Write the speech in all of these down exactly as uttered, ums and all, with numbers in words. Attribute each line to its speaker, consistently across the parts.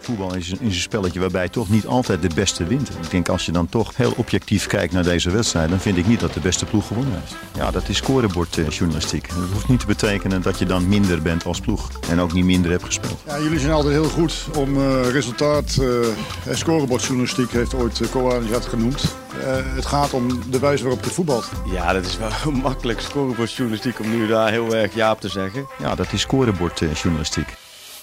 Speaker 1: Voetbal is een, is een spelletje waarbij toch niet altijd de beste wint. Ik denk als je dan toch heel objectief kijkt naar deze wedstrijd, dan vind ik niet dat de beste ploeg gewonnen heeft. Ja, dat is scorebordjournalistiek. Dat hoeft niet te betekenen dat je dan minder bent als ploeg en ook niet minder hebt gespeeld.
Speaker 2: Ja, jullie zijn altijd heel goed om uh, resultaat. Uh, scorebordjournalistiek heeft ooit uh, Koan het genoemd. Uh, het gaat om de wijze waarop je voetbalt.
Speaker 3: Ja, dat is wel makkelijk scorebordjournalistiek om nu daar heel erg ja op te zeggen.
Speaker 1: Ja, dat is scorebordjournalistiek.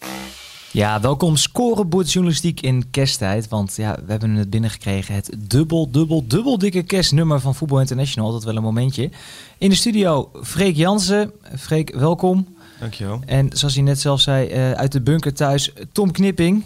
Speaker 4: Ja, welkom scorebordjournalistiek in kersttijd. Want ja, we hebben het binnengekregen. Het dubbel, dubbel, dubbel dikke kerstnummer van Voetbal International. Dat wel een momentje. In de studio Freek Jansen. Freek, welkom.
Speaker 3: Dankjewel.
Speaker 4: En zoals hij net zelf zei, uh, uit de bunker thuis, Tom Knipping.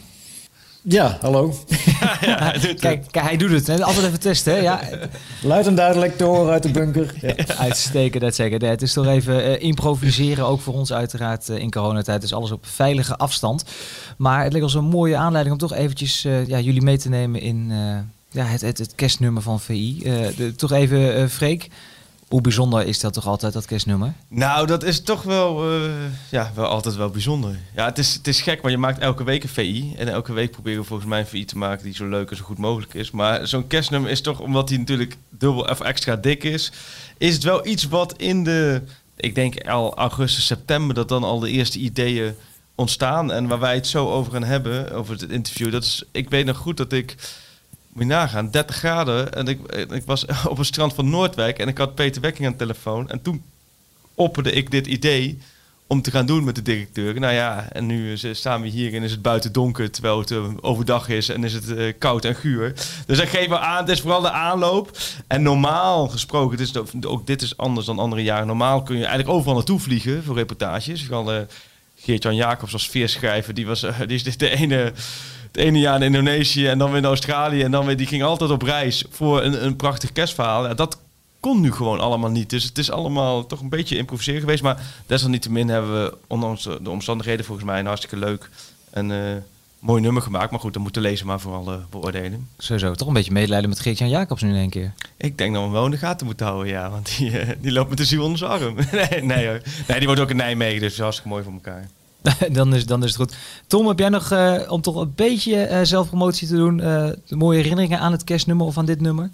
Speaker 5: Ja, hallo.
Speaker 4: Ja, ja, hij kijk, kijk, hij doet het. Hè? Altijd even testen. Hè? Ja.
Speaker 5: Luid en duidelijk te horen uit de bunker. Ja.
Speaker 4: Uitstekend, uitstekend. Het is toch even uh, improviseren, ook voor ons uiteraard uh, in coronatijd. Dus alles op veilige afstand. Maar het leek als een mooie aanleiding om toch eventjes uh, ja, jullie mee te nemen in uh, ja, het, het, het kerstnummer van V I. Uh, de, toch even, uh, Freek. Hoe bijzonder is dat toch altijd, dat kerstnummer?
Speaker 3: Nou, dat is toch wel, uh, ja, wel altijd wel bijzonder. Ja, het is, het is gek, maar je maakt elke week een V I. En elke week proberen we volgens mij een V I te maken die zo leuk en zo goed mogelijk is. Maar zo'n kerstnummer is toch, omdat hij natuurlijk dubbel of extra dik is, is het wel iets wat in de, ik denk al augustus, september, dat dan al de eerste ideeën ontstaan. En waar wij het zo over gaan hebben, over het interview, dat is, ik weet nog goed dat ik... Moet je nagaan, dertig graden. En ik, ik was op het strand van Noordwijk en ik had Peter Wekking aan de telefoon. En toen opperde ik dit idee om te gaan doen met de directeur. Nou ja, en nu staan we hier en is het buiten donker, terwijl het uh, overdag is en is het uh, koud en guur. Dus ik geef wel aan, het is vooral de aanloop. En normaal gesproken, het is, ook dit is anders dan andere jaren. Normaal kun je eigenlijk overal naartoe vliegen voor reportages. Vooral uh, Geert-Jan Jacobs als veerschrijver, die, was, uh, die is de ene... Het ene jaar in Indonesië en dan weer in Australië. En dan weer, die ging altijd op reis voor een, een prachtig kerstverhaal. Ja, dat kon nu gewoon allemaal niet. Dus het is allemaal toch een beetje improviseren geweest. Maar desalniettemin hebben we, ondanks de omstandigheden, volgens mij een hartstikke leuk en uh, mooi nummer gemaakt. Maar goed, dan moet de lezer maar vooral uh, beoordelen.
Speaker 4: Sowieso, toch een beetje medelijden met Geert-Jan Jacobs nu in één keer.
Speaker 3: Ik denk dat we hem wel in de gaten moeten houden, ja. Want die, uh, die loopt met de ziel onder zijn arm. nee, nee, hoor. nee, die wordt ook in Nijmegen, dus dat is hartstikke mooi voor elkaar.
Speaker 4: dan, is, dan is het goed. Tom, heb jij nog, uh, om toch een beetje uh, zelfpromotie te doen, uh, mooie herinneringen aan het kerstnummer of aan dit nummer?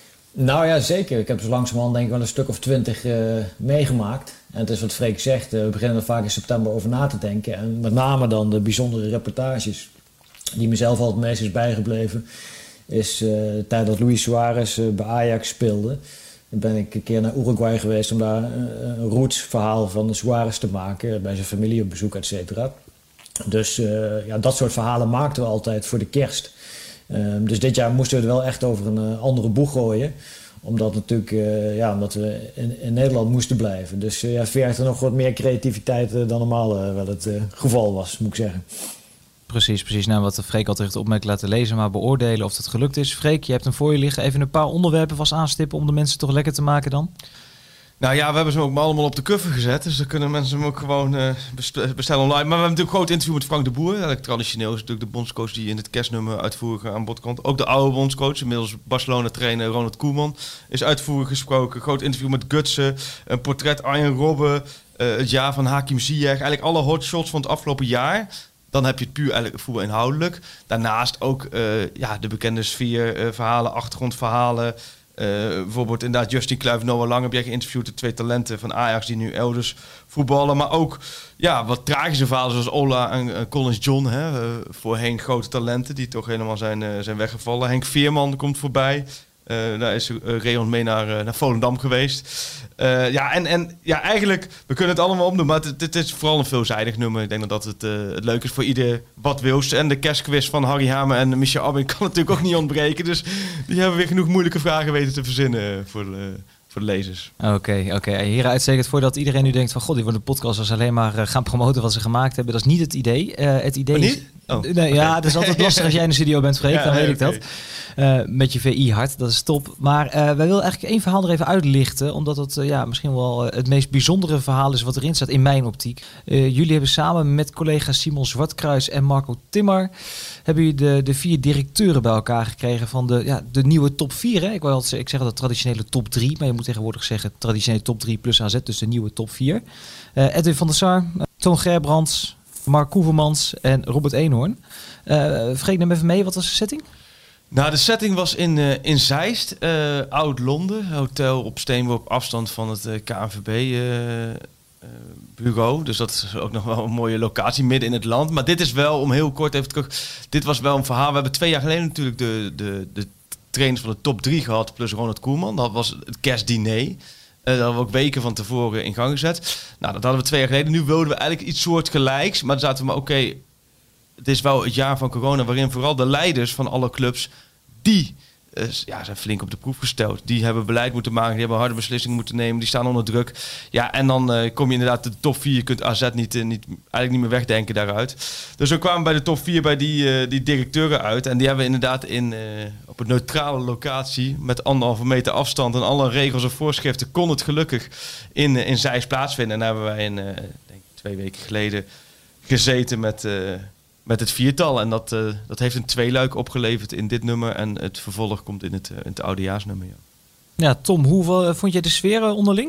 Speaker 5: Nou ja, zeker. Ik heb zo langzamerhand denk ik wel een stuk of twintig uh, meegemaakt. En het is wat Freek zegt, uh, we beginnen er vaak in september over na te denken. En met name dan de bijzondere reportages die mezelf altijd het meest is bijgebleven, is uh, de tijd dat Luis Suarez uh, bij Ajax speelde. Dan ben ik een keer naar Uruguay geweest om daar een roots-verhaal van de Suarez te maken. Bij zijn familie op bezoek, et cetera. Dus uh, ja, dat soort verhalen maakten we altijd voor de kerst. Uh, dus dit jaar moesten we het wel echt over een uh, andere boeg gooien. Omdat, natuurlijk, uh, ja, omdat we in, in Nederland moesten blijven. Dus uh, ja, vergde nog wat meer creativiteit uh, dan normaal uh, wel het uh, geval was, moet ik zeggen.
Speaker 4: Precies, precies. Nou, wat Freek al terecht opmerkt laten lezen, maar beoordelen of het gelukt is. Freek, je hebt hem voor je liggen. Even een paar onderwerpen vast aanstippen om de mensen toch lekker te maken dan.
Speaker 3: Nou ja, we hebben ze ook allemaal op de cover gezet. Dus dan kunnen mensen hem ook gewoon uh, bestellen online. Maar we hebben natuurlijk een groot interview met Frank de Boer. Eigenlijk traditioneel is natuurlijk de bondscoach die in het kerstnummer uitvoerig aan bod komt. Ook de oude bondscoach, inmiddels Barcelona-trainer Ronald Koeman, is uitvoerig gesproken. Groot interview met Gutsen, een portret Arjen Robben, uh, het jaar van Hakim Ziyech. Eigenlijk alle hotshots van het afgelopen jaar. Dan heb je het puur eigenlijk voetbal inhoudelijk. Daarnaast ook uh, ja, de bekende sfeerverhalen, uh, achtergrondverhalen. Uh, bijvoorbeeld inderdaad Justin Kluivert, Noah Lang heb jij geïnterviewd. De twee talenten van Ajax die nu elders voetballen. Maar ook ja, wat tragische verhalen zoals Ola en uh, Collins John. Hè, uh, voorheen grote talenten die toch helemaal zijn, uh, zijn weggevallen. Henk Veerman komt voorbij. Uh, daar is uh, Reon mee naar, uh, naar Volendam geweest. Uh, ja, en, en ja, eigenlijk, we kunnen het allemaal opdoen, maar het, het is vooral een veelzijdig nummer. Ik denk dat dat het, uh, het leuk is voor ieder wat wils. En de kerstquiz van Harry Hamer en Michel Abing kan natuurlijk ook niet ontbreken. Dus die hebben weer genoeg moeilijke vragen weten te verzinnen voor de, voor de lezers.
Speaker 4: Oké, okay, oké. Okay. Hier uitstekend voordat iedereen nu denkt van god, die wordt een podcast als alleen maar uh, gaan promoten wat ze gemaakt hebben. Dat is niet het idee. Uh, het idee
Speaker 3: oh,
Speaker 4: is...
Speaker 3: Oh,
Speaker 4: nee,
Speaker 3: okay.
Speaker 4: Ja, het is altijd lastig als jij in de studio bent, Freek, ja, dan weet
Speaker 3: nee,
Speaker 4: ik okay. dat. Uh, met je V I-hart, dat is top. Maar uh, wij willen eigenlijk één verhaal er even uitlichten, omdat het uh, ja, misschien wel uh, het meest bijzondere verhaal is wat erin staat in mijn optiek. Uh, jullie hebben samen met collega Simon Zwartkruis en Marco Timmer hebben jullie de, de vier directeuren bij elkaar gekregen van de, ja, de nieuwe top vier. Hè? Ik wil altijd ik zeg dat traditionele top drie, maar je moet tegenwoordig zeggen traditionele top drie plus A Z, dus de nieuwe top vier. Uh, Edwin van der Sar, uh, Toon Gerbrands, Mark Koevermans en Robert Eenhoorn. Uh, vergeet hem even mee, wat was de setting?
Speaker 3: Nou, de setting was in, uh, in Zeist, uh, Oud-Londen. Hotel op steenworp afstand van het uh, K N V B-bureau. Uh, dus dat is ook nog wel een mooie locatie midden in het land. Maar dit is wel, om heel kort even terug... Dit was wel een verhaal. We hebben twee jaar geleden natuurlijk de, de, de trainers van de top drie gehad. Plus Ronald Koeman. Dat was het kerstdiner. Uh, dat hadden we ook weken van tevoren in gang gezet. Nou, dat hadden we twee jaar geleden. Nu wilden we eigenlijk iets soortgelijks. Maar dan zaten we maar, oké... Okay, het is wel het jaar van corona waarin vooral de leiders van alle clubs, die uh, ja, zijn flink op de proef gesteld. Die hebben beleid moeten maken, die hebben harde beslissingen moeten nemen, die staan onder druk. Ja, en dan uh, kom je inderdaad de top vier, je kunt A Z niet, uh, niet, eigenlijk niet meer wegdenken daaruit. Dus we kwamen bij de top vier bij die, uh, die directeuren uit. En die hebben we inderdaad in, uh, op een neutrale locatie, met anderhalve meter afstand en alle regels en voorschriften, kon het gelukkig in, uh, in Zeist plaatsvinden. En daar hebben wij in, uh, denk ik twee weken geleden gezeten met... Uh, Met het viertal. En dat, uh, dat heeft een tweeluik opgeleverd in dit nummer. En het vervolg komt in het, uh, in het oudejaarsnummer. Ja.
Speaker 4: Ja, Tom, hoe uh, vond jij de sfeer uh, onderling?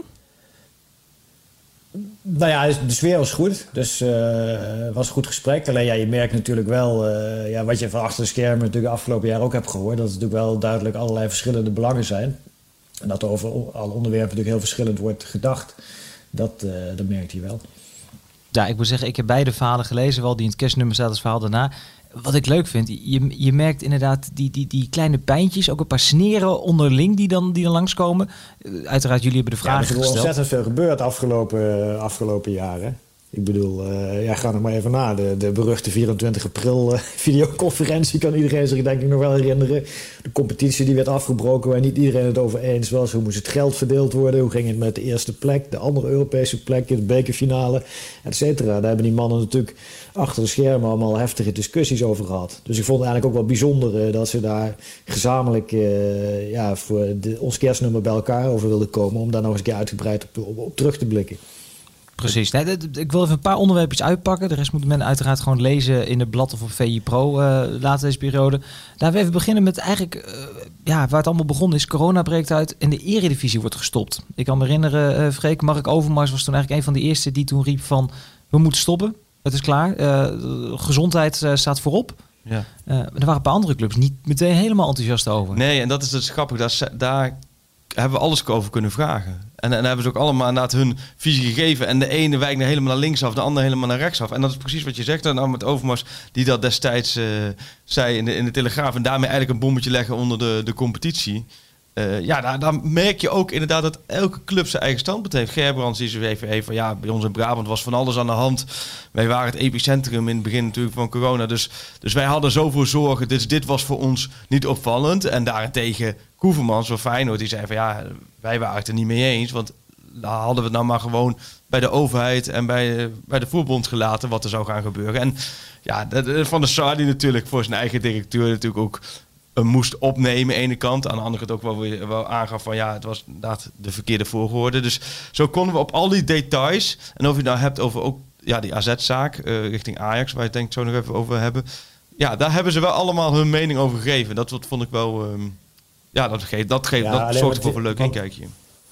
Speaker 5: Nou ja, de sfeer was goed. Dus het uh, was een goed gesprek. Alleen ja, je merkt natuurlijk wel... Uh, ja, wat je van achter de schermen natuurlijk de afgelopen jaar ook hebt gehoord. Dat er natuurlijk wel duidelijk allerlei verschillende belangen zijn. En dat er over alle onderwerpen natuurlijk heel verschillend wordt gedacht. Dat, uh, dat merkt je wel.
Speaker 4: Ja, ik moet zeggen, ik heb beide verhalen gelezen, wel die in het kerstnummer staat als verhaal daarna. Wat ik leuk vind, je, je merkt inderdaad die, die, die kleine pijntjes, ook een paar sneren onderling die dan, die dan langskomen. Uh, uiteraard, jullie hebben de vragen gesteld.
Speaker 5: Ja, er is ontzettend veel gebeurd afgelopen, afgelopen jaren. Ik bedoel, uh, ja, ga nog maar even na. De, de beruchte vierentwintig april uh, videoconferentie kan iedereen zich denk ik nog wel herinneren. De competitie die werd afgebroken waar niet iedereen het over eens was. Hoe moest het geld verdeeld worden? Hoe ging het met de eerste plek, de andere Europese plek, de bekerfinale, et cetera. Daar hebben die mannen natuurlijk achter de schermen allemaal heftige discussies over gehad. Dus ik vond het eigenlijk ook wel bijzonder uh, dat ze daar gezamenlijk uh, ja, voor de, ons kerstnummer bij elkaar over wilden komen. Om daar nog eens een keer uitgebreid op, op, op terug te blikken.
Speaker 4: Precies. Nee, ik wil even een paar onderwerpjes uitpakken. De rest moet men uiteraard gewoon lezen in het blad of op V I Pro uh, later deze periode. Laten we even beginnen met eigenlijk uh, ja, waar het allemaal begonnen is. Corona breekt uit en de eredivisie wordt gestopt. Ik kan me herinneren, uh, Freek, Mark Overmars was toen eigenlijk een van de eerste die toen riep van we moeten stoppen. Het is klaar. Uh, gezondheid uh, staat voorop. Ja. Uh, er waren een paar andere clubs niet meteen helemaal enthousiast over.
Speaker 3: Nee, en dat is dus grappig. Daar, daar hebben we alles over kunnen vragen. En, en dan hebben ze ook allemaal inderdaad hun visie gegeven. En de ene wijkt naar helemaal naar links af, de andere helemaal naar rechts af. En dat is precies wat je zegt. En dan met Overmars, die dat destijds uh, zei in de, in de Telegraaf. En daarmee eigenlijk een bommetje leggen onder de, de competitie. Uh, ja, daar, daar merk je ook inderdaad dat elke club zijn eigen standpunt heeft. Gerbrands die zo even heeft van ja, bij ons in Brabant was van alles aan de hand. Wij waren het epicentrum in het begin natuurlijk van corona. Dus, dus wij hadden zoveel zorgen. Dus dit was voor ons niet opvallend. En daarentegen Koevermans van Feyenoord, die zei van ja, wij waren het er niet mee eens. Want daar hadden we het nou maar gewoon bij de overheid en bij, bij de voetbond gelaten wat er zou gaan gebeuren. En ja, de, Van der Sar die natuurlijk voor zijn eigen directeur natuurlijk ook uh, moest opnemen aan de ene kant. Aan de andere kant ook wel, weer, wel aangaf van ja, het was inderdaad de verkeerde volgorde. Dus zo konden we op al die details, en of je het nou hebt over ook ja, die A Z-zaak uh, richting Ajax, waar je het denk ik zo nog even over hebben. Ja, daar hebben ze wel allemaal hun mening over gegeven. Dat vond ik wel... Um, Ja, dat, geeft, dat, geeft, ja, dat zorgt voor een leuk inkijkje.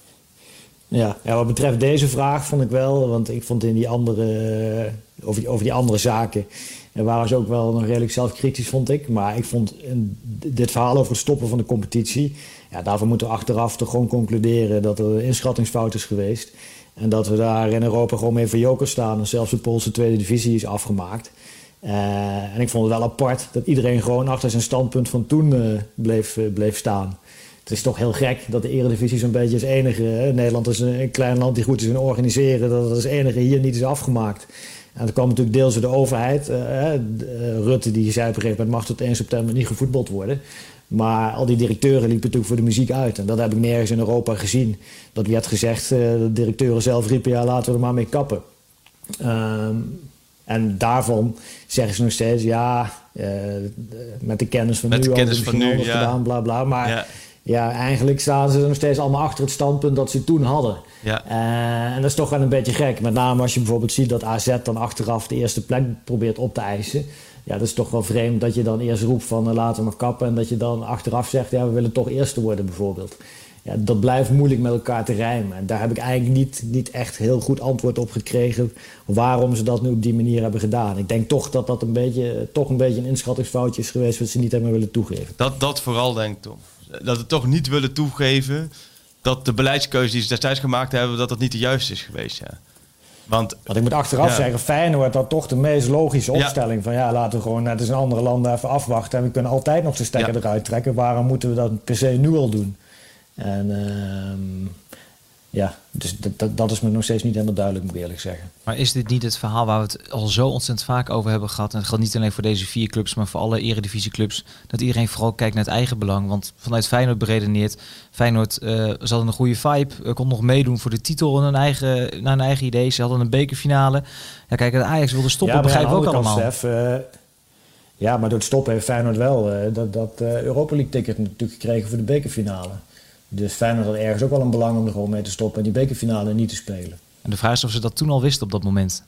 Speaker 5: Ja, ja, wat betreft deze vraag vond ik wel, want ik vond in die andere, over die, over die andere zaken, en waren ze ook wel nog redelijk zelfkritisch, vond ik. Maar ik vond dit verhaal over het stoppen van de competitie, ja, daarvoor moeten we achteraf toch gewoon concluderen dat er een inschattingsfout is geweest. En dat we daar in Europa gewoon mee voor joker staan. En zelfs de Poolse tweede divisie is afgemaakt. Uh, en ik vond het wel apart dat iedereen gewoon achter zijn standpunt van toen uh, bleef, uh, bleef staan. Het is toch heel gek dat de eredivisie zo'n beetje als enige... Hè, Nederland is een, een klein land die goed is in organiseren... dat het als enige hier niet is afgemaakt. En dat kwam natuurlijk deels door de overheid. Uh, uh, Rutte die zei op een gegeven moment... mag tot één september niet gevoetbald worden. Maar al die directeuren liepen natuurlijk voor de muziek uit. En dat heb ik nergens in Europa gezien. Dat werd gezegd, uh, de directeuren zelf riepen... ja, laten we er maar mee kappen. Uh, En daarvan zeggen ze nog steeds, ja, uh, met de kennis van
Speaker 3: met
Speaker 5: nu,
Speaker 3: de kennis van nu,
Speaker 5: ja. gedaan, bla bla. Maar ja. ja, eigenlijk staan ze nog steeds allemaal achter het standpunt dat ze toen hadden. Ja. Uh, en dat is toch wel een beetje gek. Met name als je bijvoorbeeld ziet dat A Z dan achteraf de eerste plek probeert op te eisen. Ja, dat is toch wel vreemd dat je dan eerst roept van uh, laten we maar kappen. En dat je dan achteraf zegt, ja, we willen toch eerste worden bijvoorbeeld. Ja, dat blijft moeilijk met elkaar te rijmen. En daar heb ik eigenlijk niet, niet echt heel goed antwoord op gekregen waarom ze dat nu op die manier hebben gedaan. Ik denk toch dat dat een beetje, toch een beetje een inschattingsfoutje is geweest wat ze niet hebben willen toegeven.
Speaker 3: Dat, dat vooral, denk ik, Tom. Dat we toch niet willen toegeven dat de beleidskeuze die ze destijds gemaakt hebben, dat dat niet de juiste is geweest. Ja. Want,
Speaker 5: Want ik moet achteraf
Speaker 3: ja.
Speaker 5: zeggen, Feyenoord had toch de meest logische opstelling.
Speaker 3: Ja.
Speaker 5: Van ja, laten we gewoon net als in andere landen even afwachten. En we kunnen altijd nog de stekker
Speaker 3: Ja.
Speaker 5: eruit trekken. Waarom moeten we dat per se nu al doen? En uh, ja, dus dat, dat, dat is me nog steeds niet helemaal duidelijk, moet ik eerlijk zeggen.
Speaker 4: Maar is dit niet het verhaal waar we het al zo ontzettend vaak over hebben gehad? En het geldt niet alleen voor deze vier clubs, maar voor alle eredivisieclubs. Dat iedereen vooral kijkt naar het eigen belang. Want vanuit Feyenoord beredeneerd, Feyenoord uh, ze hadden een goede vibe. Uh, kon nog meedoen voor de titel en hun eigen, naar hun eigen idee. Ze hadden een bekerfinale. Ja, kijk, de Ajax wilde stoppen,
Speaker 5: Ja,
Speaker 4: begrijpen we ook allemaal.
Speaker 5: Kant, Stef, uh, ja, maar door het stoppen heeft Feyenoord wel uh, dat, dat uh, Europa League ticket natuurlijk gekregen voor de bekerfinale. Dus Feyenoord had ergens ook wel een belang om er gewoon mee te stoppen en die bekerfinale niet te spelen.
Speaker 4: En de vraag is of ze dat toen al wisten op dat moment.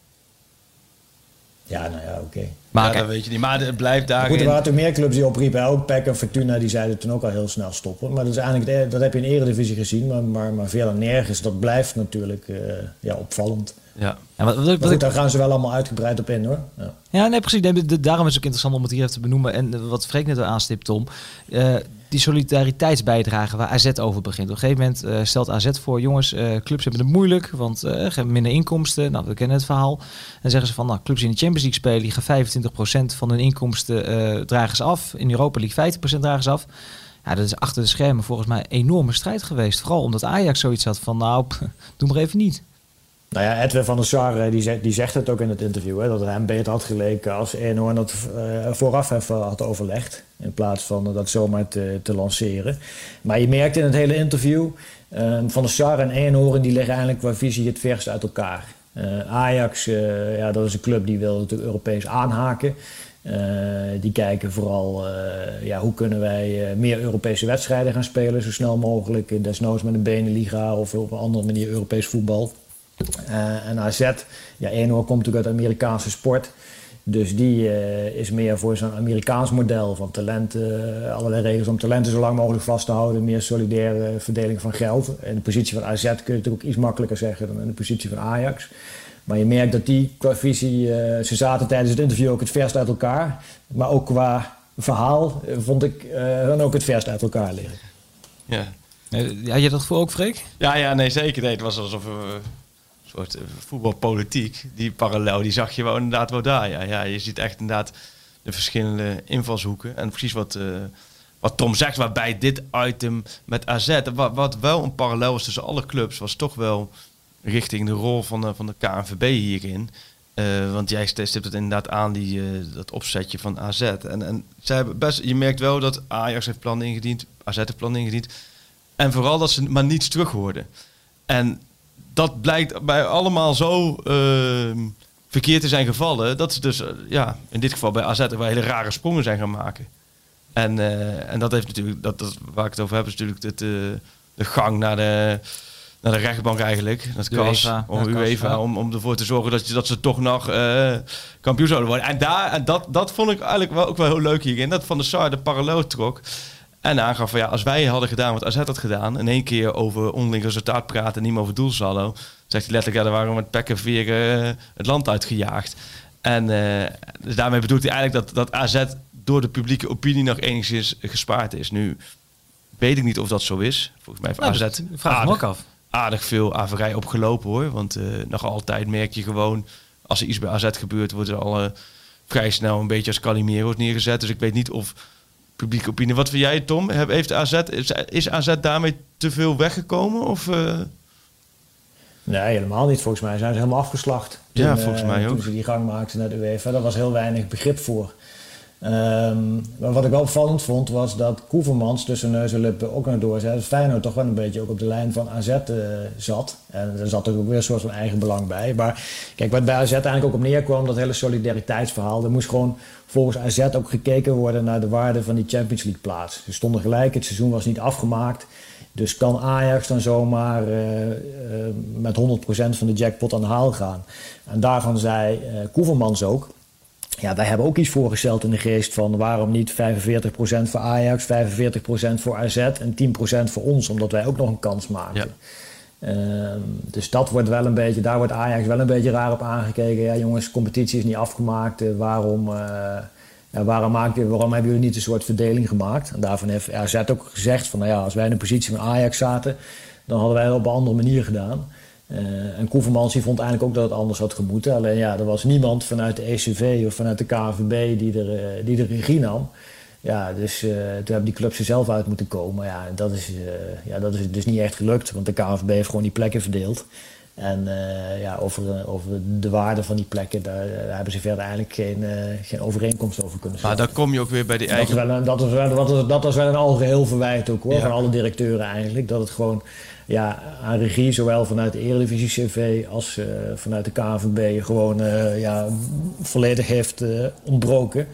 Speaker 5: Ja, nou ja, oké. Okay.
Speaker 4: Maar
Speaker 3: ja,
Speaker 4: kijk,
Speaker 3: dat weet je niet. Maar het blijft daarin.
Speaker 5: Goed, er waren toen meer clubs die opriepen. Ook P E C en Fortuna die zeiden toen ook al heel snel stoppen. Maar dat, is eigenlijk, dat heb je in de Eredivisie gezien. Maar, maar, maar veel en nergens. Dat blijft natuurlijk uh, ja, opvallend.
Speaker 3: Ja.
Speaker 4: Ja, wat, wat, wat,
Speaker 5: maar goed, daar gaan ze wel allemaal uitgebreid op in, hoor. Ja,
Speaker 4: ja nee, precies. Nee, de, daarom is het ook interessant om het hier even te benoemen. En wat Freek net al aanstipt, Tom. Uh, die solidariteitsbijdrage waar A Z over begint. Op een gegeven moment uh, stelt A Z voor, jongens, uh, clubs hebben het moeilijk, want uh, ze hebben minder inkomsten. Nou, we kennen het verhaal. En zeggen ze van, nou, clubs die in de Champions League spelen, die gaan vijfentwintig procent van hun inkomsten uh, dragen ze af. In Europa League vijftig procent dragen ze af. Ja, dat is achter de schermen volgens mij een enorme strijd geweest. Vooral omdat Ajax zoiets had van, nou, pff, doe maar even niet.
Speaker 5: Nou ja, Edwin van der Sar die zegt, die zegt het ook in het interview. Hè, dat het hem beter had geleken als Eenhoorn dat uh, vooraf even had overlegd. In plaats van uh, dat zomaar te, te lanceren. Maar je merkt in het hele interview, uh, Van der Sar en Eenhoorn die liggen eigenlijk qua visie het verst uit elkaar. Uh, Ajax, uh, ja, dat is een club die wil natuurlijk Europees aanhaken. Uh, die kijken vooral uh, ja, hoe kunnen wij uh, meer Europese wedstrijden gaan spelen zo snel mogelijk. Desnoods met een Beneliga of op een andere manier Europees voetbal. Uh, en A Z, ja, Eenhoorn komt natuurlijk uit de Amerikaanse sport. Dus die uh, is meer voor zo'n Amerikaans model van talenten, uh, allerlei regels om talenten zo lang mogelijk vast te houden. Meer solidaire verdeling van geld. In de positie van A Z kun je het natuurlijk ook iets makkelijker zeggen dan in de positie van Ajax. Maar je merkt dat die qua visie, uh, ze zaten tijdens het interview ook het verst uit elkaar. Maar ook qua verhaal uh, vond ik uh, dan ook het verst uit elkaar liggen.
Speaker 3: Ja.
Speaker 4: Had je dat voor ook, Freek?
Speaker 3: Ja, ja, nee, zeker. Nee, het was alsof... Uh, soort voetbalpolitiek, die parallel, die zag je wel inderdaad wel daar. Ja, ja, je ziet echt inderdaad de verschillende invalshoeken. En precies wat, uh, wat Tom zegt, waarbij dit item met A Z, wat, wat wel een parallel was tussen alle clubs, was toch wel richting de rol van de, van de K N V B hierin. Uh, want jij stipt het inderdaad aan, die, uh, dat opzetje van A Z. En, en zij hebben best, je merkt wel dat Ajax heeft plannen ingediend, A Z heeft plannen ingediend. En vooral dat ze maar niets terug hoorden. En dat blijkt bij allemaal zo uh, verkeerd te zijn gevallen, dat ze dus, uh, ja, in dit geval bij A Z wel hele rare sprongen zijn gaan maken. En, uh, en dat heeft natuurlijk, dat, dat, waar ik het over heb, is natuurlijk het, uh, de gang naar de, naar de rechtbank eigenlijk. Dat kas, om UEFA, ja. om, om ervoor te zorgen dat, je, dat ze toch nog uh, kampioen zouden worden. En, daar, en dat, dat vond ik eigenlijk wel, ook wel heel leuk hierin, dat Van der Sar de parallel trok. En aangaf van ja, als wij hadden gedaan wat A Z had gedaan, in één keer over onderling resultaat praten en niet meer over doelsaldo, zegt hij letterlijk, ja, dan waren we met pek en veer uh, het land uitgejaagd. En uh, dus daarmee bedoelt hij eigenlijk dat, dat A Z door de publieke opinie nog enigszins gespaard is. Nu weet ik niet of dat zo is. Volgens mij heeft nou, A Z
Speaker 4: vraag aardig, ook af.
Speaker 3: aardig veel averij opgelopen, hoor. Want uh, nog altijd merk je gewoon, als er iets bij A Z gebeurt, wordt er al uh, vrij snel een beetje als Calimero's neergezet. Dus ik weet niet of publieke opinie. Wat vind jij, Tom? Heeft A Z, is, is A Z daarmee te veel weggekomen? Of, uh...
Speaker 5: Nee, helemaal niet. Volgens mij zijn ze helemaal afgeslacht. Toen,
Speaker 3: ja, volgens mij
Speaker 5: uh,
Speaker 3: ook.
Speaker 5: Toen ze die gang maakten naar de UEFA. Daar was heel weinig begrip voor. Um, maar wat ik wel opvallend vond, was dat Koevermans tussen neus en lippen ook nog door zei dat Feyenoord toch wel een beetje ook op de lijn van A Z uh, zat. En er zat ook weer een soort van eigen belang bij. Maar kijk, wat bij A Z eigenlijk ook op neerkwam, dat hele solidariteitsverhaal, er moest gewoon volgens A Z ook gekeken worden naar de waarde van die Champions League plaats. Ze stonden gelijk, het seizoen was niet afgemaakt. Dus kan Ajax dan zomaar uh, uh, met honderd procent van de jackpot aan de haal gaan. En daarvan zei uh, Koevermans ook, ja, wij hebben ook iets voorgesteld in de geest van waarom niet vijfenveertig procent voor Ajax, vijfenveertig procent voor A Z en tien procent voor ons, omdat wij ook nog een kans maken. Ja. Uh, dus dat wordt wel een beetje, daar wordt Ajax wel een beetje raar op aangekeken. Ja, jongens, competitie is niet afgemaakt. Uh, waarom, uh, ja, waarom, maakt, waarom hebben jullie niet een soort verdeling gemaakt? En daarvan heeft A Z ook gezegd van, nou ja, als wij in de positie van Ajax zaten, dan hadden wij het op een andere manier gedaan. Uh, en Koevermans die vond eigenlijk ook dat het anders had gemoeten. Alleen ja, er was niemand vanuit de E C V of vanuit de K N V B die er, uh, die de regie nam. Ja, dus uh, toen hebben die clubs er zelf uit moeten komen. Ja, dat is, uh, ja, dat is dus niet echt gelukt. Want de K N V B heeft gewoon die plekken verdeeld. En uh, ja, over, uh, over de waarde van die plekken, daar, daar hebben ze verder eigenlijk geen, uh, geen overeenkomst over kunnen sluiten.
Speaker 3: Maar dan kom je ook weer bij die eigen...
Speaker 5: Dat was wel een, dat was wel, dat was, dat was wel een algeheel verwijt ook hoor, ja. Van alle directeuren eigenlijk. Dat het gewoon ja, aan regie, zowel vanuit de Eredivisie C V als uh, vanuit de K N V B, gewoon uh, ja, volledig heeft uh, ontbroken.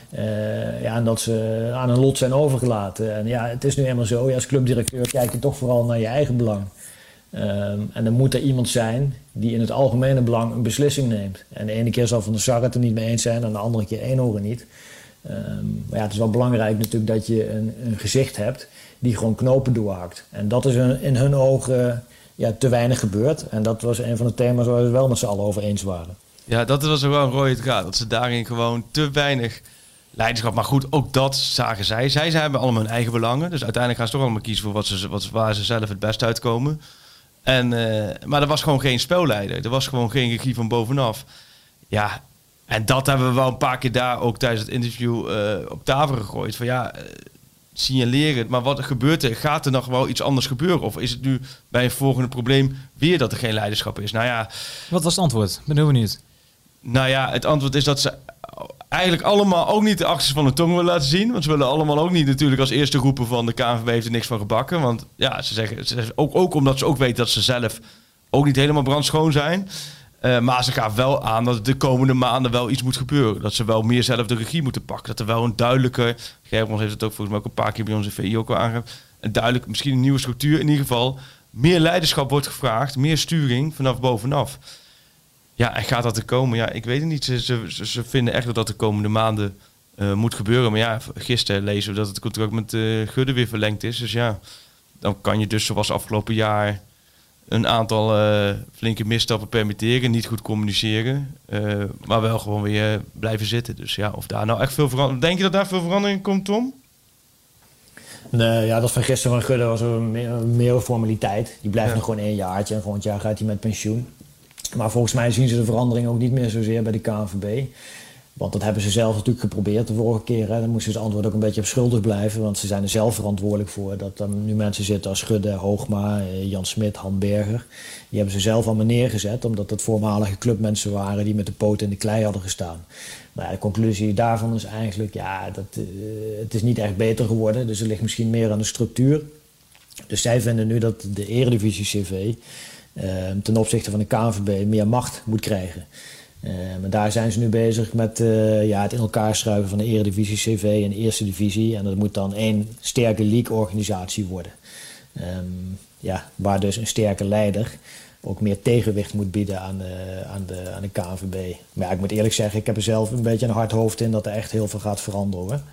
Speaker 5: Uh, ja, en dat ze aan hun lot zijn overgelaten. En ja, het is nu eenmaal zo, ja, als clubdirecteur kijk je toch vooral naar je eigen belang. Um, en dan moet er iemand zijn die in het algemene belang een beslissing neemt. En de ene keer zal Van der Sar het er niet mee eens zijn en de andere keer Eenhoorn niet. Um, maar ja, het is wel belangrijk natuurlijk dat je een, een gezicht hebt die gewoon knopen doorhakt. En dat is in, in hun ogen ja, te weinig gebeurd. En dat was een van de thema's waar we het wel met z'n allen over eens waren.
Speaker 3: Ja, dat was ook wel een rode draad. Dat ze daarin gewoon te weinig leiderschap. Maar goed, ook dat zagen zij. Zij, zij hebben allemaal hun eigen belangen. Dus uiteindelijk gaan ze toch allemaal kiezen voor wat ze, wat, waar ze zelf het best uitkomen. En, uh, maar er was gewoon geen spelleider. Er was gewoon geen regie van bovenaf. Ja, en dat hebben we wel een paar keer daar ook tijdens het interview uh, op tafel gegooid. Van ja, uh, signaleer het. Maar wat gebeurt er? Gaat er nog wel iets anders gebeuren? Of is het nu bij een volgende probleem weer dat er geen leiderschap is? Nou ja.
Speaker 4: Wat was het antwoord? Ben heel benieuwd.
Speaker 3: Nou ja, het antwoord is dat ze eigenlijk allemaal ook niet de achterste van de tong willen laten zien. Want ze willen allemaal ook niet natuurlijk als eerste roepen van de K N V B heeft er niks van gebakken. Want ja, ze zeggen, ze zeggen ook, ook omdat ze ook weten dat ze zelf ook niet helemaal brandschoon zijn. Uh, maar ze gaan wel aan dat de komende maanden wel iets moet gebeuren. Dat ze wel meer zelf de regie moeten pakken. Dat er wel een duidelijke, Gerbrand heeft het ook volgens mij ook een paar keer bij ons in V I ook al aangegeven. Een duidelijk, misschien een nieuwe structuur. In ieder geval meer leiderschap wordt gevraagd. Meer sturing vanaf bovenaf. Ja, en gaat dat er komen? Ja, ik weet het niet. Ze, ze, ze vinden echt dat dat de komende maanden uh, moet gebeuren. Maar ja, gisteren lezen we dat het contract met uh, Gudde weer verlengd is. Dus ja, dan kan je dus zoals afgelopen jaar een aantal uh, flinke misstappen permitteren. Niet goed communiceren. Uh, maar wel gewoon weer blijven zitten. Dus ja, of daar nou echt veel verandering... Denk je dat daar veel verandering komt, Tom?
Speaker 5: Nee, ja, dat van gisteren van Gudde was een meer, meer een formaliteit. Die blijft ja. nog gewoon één jaartje. En volgend jaar gaat hij met pensioen. Maar volgens mij zien ze de verandering ook niet meer zozeer bij de K N V B. Want dat hebben ze zelf natuurlijk geprobeerd de vorige keer. Hè. Dan moesten ze het antwoord ook een beetje op schuldig blijven. Want ze zijn er zelf verantwoordelijk voor. Dat er nu mensen zitten als Gudde, Hoogma, Jan Smit, Han Berger. Die hebben ze zelf allemaal neergezet. Omdat het voormalige clubmensen waren die met de poten in de klei hadden gestaan. Maar ja, de conclusie daarvan is eigenlijk, ja, dat, uh, het is niet echt beter geworden. Dus het ligt misschien meer aan de structuur. Dus zij vinden nu dat de Eredivisie C V Uh, ten opzichte van de K N V B meer macht moet krijgen. Uh, maar daar zijn ze nu bezig met uh, ja, het in elkaar schuiven van de Eredivisie C V en de Eerste Divisie. En dat moet dan één sterke league-organisatie worden. Um, ja, waar dus een sterke leider ook meer tegenwicht moet bieden aan de, aan de, aan de K N V B. Maar ja, ik moet eerlijk zeggen, ik heb er zelf een beetje een hard hoofd in dat er echt heel veel gaat veranderen. Hoor.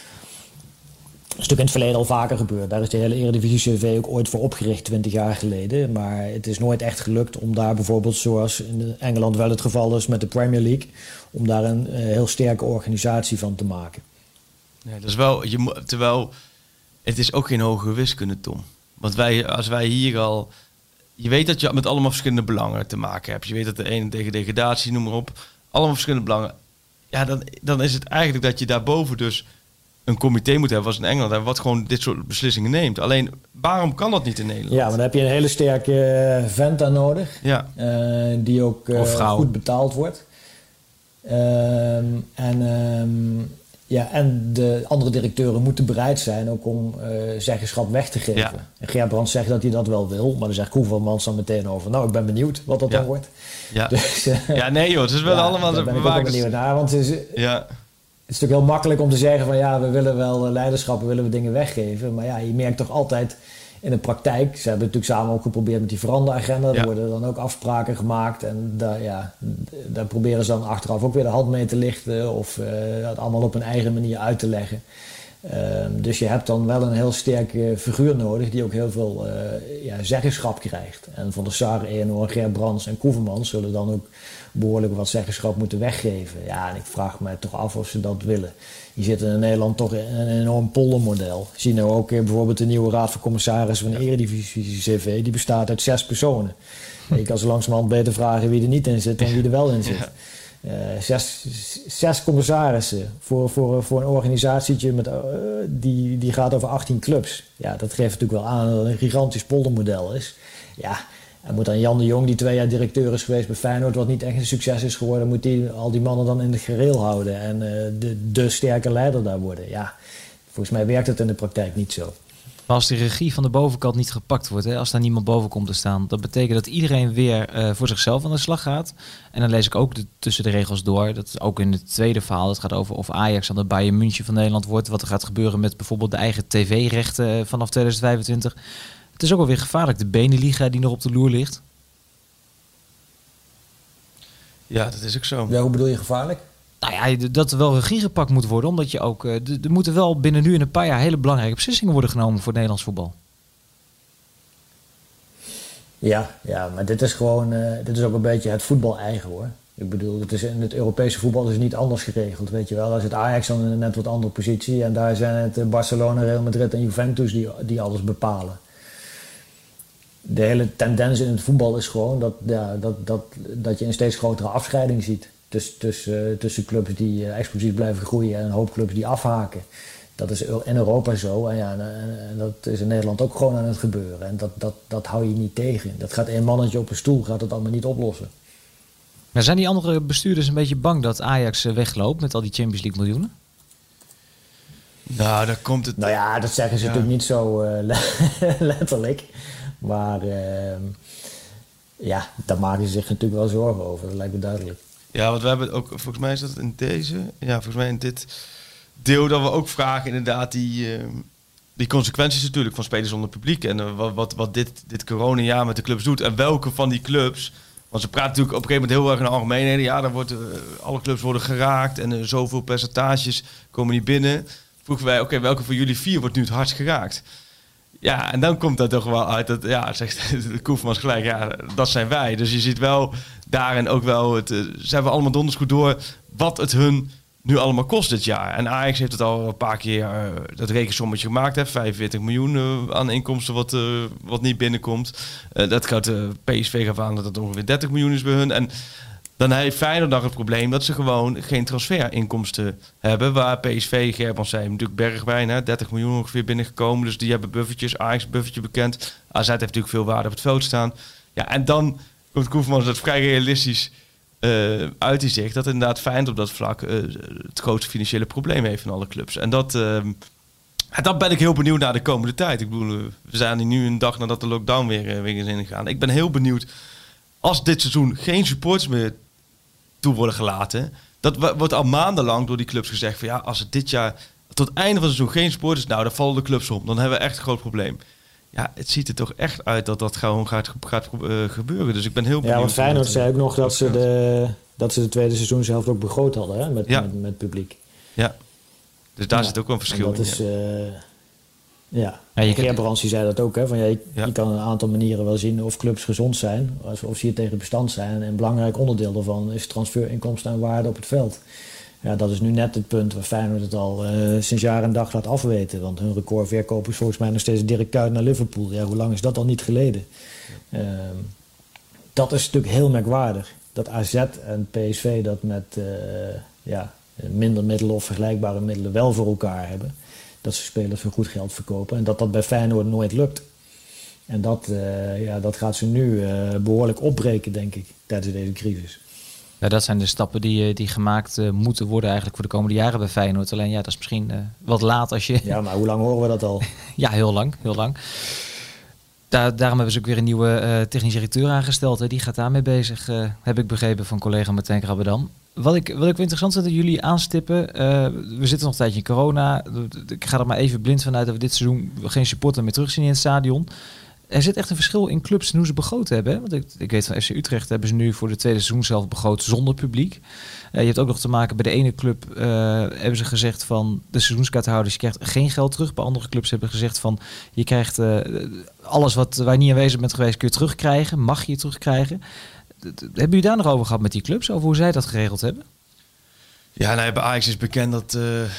Speaker 5: Dat is natuurlijk in het verleden al vaker gebeurd. Daar is de hele Eredivisie C V ook ooit voor opgericht, twintig jaar geleden. Maar het is nooit echt gelukt om daar bijvoorbeeld, zoals in Engeland wel het geval is met de Premier League, om daar een uh, heel sterke organisatie van te maken.
Speaker 3: Nee, dat is wel, je, terwijl het is ook geen hoge wiskunde, Tom. Want wij, als wij hier al... Je weet dat je met allemaal verschillende belangen te maken hebt. Je weet dat de ene tegen degradatie, noem maar op. Allemaal verschillende belangen. Ja, dan, dan is het eigenlijk dat je daarboven dus een comité moet hebben, was in Engeland, wat gewoon dit soort beslissingen neemt. Alleen, waarom kan dat niet in Nederland?
Speaker 5: Ja, maar dan heb je een hele sterke vent aan nodig.
Speaker 3: Ja.
Speaker 5: Uh, die ook uh, goed betaald wordt. Uh, en, uh, ja, en de andere directeuren moeten bereid zijn ook om uh, zeggenschap weg te geven. Ja. En Gerbrand zegt dat hij dat wel wil, maar dan zegt Koevermans dan meteen over. Nou, ik ben benieuwd wat dat ja. dan wordt.
Speaker 3: Ja. Dus, uh, ja, nee joh, het is wel ja, allemaal...
Speaker 5: Daar ben ik ook benieuwd naar, want het is...
Speaker 3: Ja.
Speaker 5: Het is natuurlijk heel makkelijk om te zeggen van ja, we willen wel leiderschap, we willen we dingen weggeven. Maar ja, je merkt toch altijd in de praktijk, ze hebben natuurlijk samen ook geprobeerd met die veranderagenda.
Speaker 3: Ja.
Speaker 5: Er worden dan ook afspraken gemaakt. En daar, ja, daar proberen ze dan achteraf ook weer de hand mee te lichten. Of uh, dat allemaal op een eigen manier uit te leggen. Uh, dus je hebt dan wel een heel sterke figuur nodig die ook heel veel uh, ja, zeggenschap krijgt. En Van der Sar, Eenhoorn, Gerbrands en Koevermans zullen dan ook behoorlijk wat zeggenschap moeten weggeven. Ja, en ik vraag me toch af of ze dat willen. Je zit in Nederland toch in een enorm poldermodel. Je ziet nou ook bijvoorbeeld de nieuwe Raad van Commissarissen van de Eredivisie C V. Die bestaat uit zes personen. Je kan zo langzamerhand beter vragen wie er niet in zit dan wie er wel in zit. Uh, zes, zes commissarissen voor, voor, voor een organisatietje met, uh, die, die gaat over achttien clubs. Ja, dat geeft natuurlijk wel aan dat het een gigantisch poldermodel is. Ja, en moet dan Jan de Jong, die twee jaar directeur is geweest bij Feyenoord, wat niet echt een succes is geworden, moet die al die mannen dan in de gereel houden en uh, de, de sterke leider daar worden. Ja, volgens mij werkt het in de praktijk niet zo.
Speaker 4: Maar als die regie van de bovenkant niet gepakt wordt, hè, als daar niemand boven komt te staan, dat betekent dat iedereen weer uh, voor zichzelf aan de slag gaat. En dan lees ik ook de, tussen de regels door, dat ook in het tweede verhaal, het gaat over of Ajax aan de Bayern München van Nederland wordt, wat er gaat gebeuren met bijvoorbeeld de eigen tv-rechten vanaf twintig vijfentwintig. Het is ook alweer gevaarlijk, de Beneliga die nog op de loer ligt.
Speaker 3: Ja, dat is ook zo.
Speaker 5: Ja, hoe bedoel je gevaarlijk?
Speaker 4: Nou ja, dat er wel regie gepakt moet worden, omdat je ook, er moeten wel binnen nu en een paar jaar hele belangrijke beslissingen worden genomen voor het Nederlands voetbal.
Speaker 5: Ja, ja, maar dit is gewoon, uh, dit is ook een beetje het voetbal eigen hoor. Ik bedoel, het is in het Europese voetbal is het niet anders geregeld, weet je wel. Daar zit Ajax dan in een net wat andere positie en daar zijn het Barcelona, Real Madrid en Juventus die, die alles bepalen. De hele tendens in het voetbal is gewoon dat, ja, dat, dat, dat je een steeds grotere afscheiding ziet. Tussen, tussen, tussen clubs die uh, explosief blijven groeien en een hoop clubs die afhaken. Dat is in Europa zo en, ja, en, en dat is in Nederland ook gewoon aan het gebeuren. En dat, dat, dat hou je niet tegen. Dat gaat een mannetje op een stoel, gaat het allemaal niet oplossen.
Speaker 4: Maar zijn die andere bestuurders een beetje bang dat Ajax wegloopt met al die Champions League miljoenen?
Speaker 3: Nou, daar komt het...
Speaker 5: Nou ja, dat zeggen ze
Speaker 3: ja.
Speaker 5: natuurlijk niet zo uh, letterlijk. Maar uh, ja, daar maken ze zich natuurlijk wel zorgen over. Dat lijkt me duidelijk.
Speaker 3: Ja, want we hebben ook, volgens mij is dat in deze, ja, volgens mij in dit deel dat we ook vragen inderdaad die, uh, die consequenties natuurlijk van spelen zonder publiek en uh, wat, wat, wat dit, dit coronajaar met de clubs doet en welke van die clubs, want ze praten natuurlijk op een gegeven moment heel erg in de algemeenheden, ja, dan wordt uh, alle clubs worden geraakt en uh, zoveel percentages komen niet binnen. Vroegen wij, oké, okay, welke van jullie vier wordt nu het hardst geraakt? Ja, en dan komt dat toch wel uit dat, ja, zegt de Koevermans gelijk, ja, dat zijn wij. Dus je ziet wel daarin ook wel, het, uh, ze hebben allemaal donders goed door wat het hun nu allemaal kost dit jaar. En Ajax heeft het al een paar keer, uh, dat rekensommetje gemaakt, hè, vijfenveertig miljoen uh, aan inkomsten wat, uh, wat niet binnenkomt. Uh, dat gaat uh, P S V gaf aan dat het ongeveer dertig miljoen is bij hun. En dan heeft Feyenoord nog het probleem dat ze gewoon geen transferinkomsten hebben. Waar P S V, Gerbrands zei, natuurlijk Bergwijn, hè, dertig miljoen ongeveer binnengekomen. Dus die hebben buffertjes, Ajax buffertje bekend. A Z heeft natuurlijk veel waarde op het veld staan. Ja, en dan komt Koevermans dat vrij realistisch uh, uit die zegt dat inderdaad Feyenoord op dat vlak uh, het grootste financiële probleem heeft van alle clubs. En dat, uh, dat ben ik heel benieuwd naar de komende tijd. Ik bedoel, we zijn hier nu een dag nadat de lockdown weer, uh, weer is ingegaan. Ik ben heel benieuwd als dit seizoen geen supporters meer toe worden gelaten. Dat wordt al maandenlang door die clubs gezegd van ja, als het dit jaar tot het einde van het seizoen geen supporters, nou, dan vallen de clubs om. Dan hebben we echt een groot probleem. Ja, het ziet er toch echt uit dat dat gewoon gaat, gaat uh, gebeuren. Dus ik ben heel benieuwd.
Speaker 5: Ja, want Feyenoord zei ook nog dat ze, de, dat ze de tweede seizoen zelf ook begroot hadden, hè, met,
Speaker 3: ja.
Speaker 5: met, met publiek.
Speaker 3: Ja, dus daar
Speaker 5: ja.
Speaker 3: zit ook wel een verschil
Speaker 5: dat
Speaker 3: in.
Speaker 5: Is,
Speaker 3: ja.
Speaker 5: Uh, ja.
Speaker 4: Ja, je
Speaker 5: Gerbrands die zei dat ook, hè, van, ja, je,
Speaker 3: ja.
Speaker 5: je kan een aantal manieren wel zien of clubs gezond zijn, of ze hier tegen bestand zijn. En een belangrijk onderdeel daarvan is transferinkomsten en waarde op het veld. Ja, dat is nu net het punt waar Feyenoord het al uh, sinds jaar en dag laat afweten. Want hun recordverkoop is volgens mij nog steeds Dirk Kuyt naar Liverpool. Ja, hoe lang is dat al niet geleden? Uh, dat is natuurlijk heel merkwaardig. Dat A Z en P S V dat met uh, ja, minder middelen of vergelijkbare middelen wel voor elkaar hebben. Dat ze spelers voor goed geld verkopen. En dat dat bij Feyenoord nooit lukt. En dat, uh, ja, dat gaat ze nu uh, behoorlijk opbreken, denk ik, tijdens deze crisis.
Speaker 4: Ja, dat zijn de stappen die, die gemaakt uh, moeten worden eigenlijk voor de komende jaren bij Feyenoord. Alleen ja, dat is misschien uh, wat laat als je...
Speaker 5: Ja, maar hoe lang horen we dat al?
Speaker 4: Ja, heel lang, heel lang. Daar, daarom hebben ze ook weer een nieuwe uh, technisch directeur aangesteld. Hè. Die gaat daarmee bezig, uh, heb ik begrepen van collega Martijn Krabbedam. Wat ik, wat ik wel interessant vind dat jullie aanstippen. Uh, we zitten nog een tijdje in corona. Ik ga er maar even blind vanuit dat we dit seizoen geen supporter meer terugzien in het stadion. Er zit echt een verschil in clubs en hoe ze begroten hebben. Hè? Want ik, ik weet van F C Utrecht hebben ze nu voor de tweede seizoen zelf begroot zonder publiek. Uh, je hebt ook nog te maken bij de ene club uh, hebben ze gezegd van de seizoenskaarthouders, je krijgt geen geld terug. Bij andere clubs hebben gezegd van je krijgt uh, alles wat waar je niet aanwezig bent geweest kun je terugkrijgen. Mag je terugkrijgen. Hebben jullie daar nog over gehad met die clubs? Over hoe zij dat geregeld hebben?
Speaker 3: Ja, nou, bij Ajax is bekend dat, uh,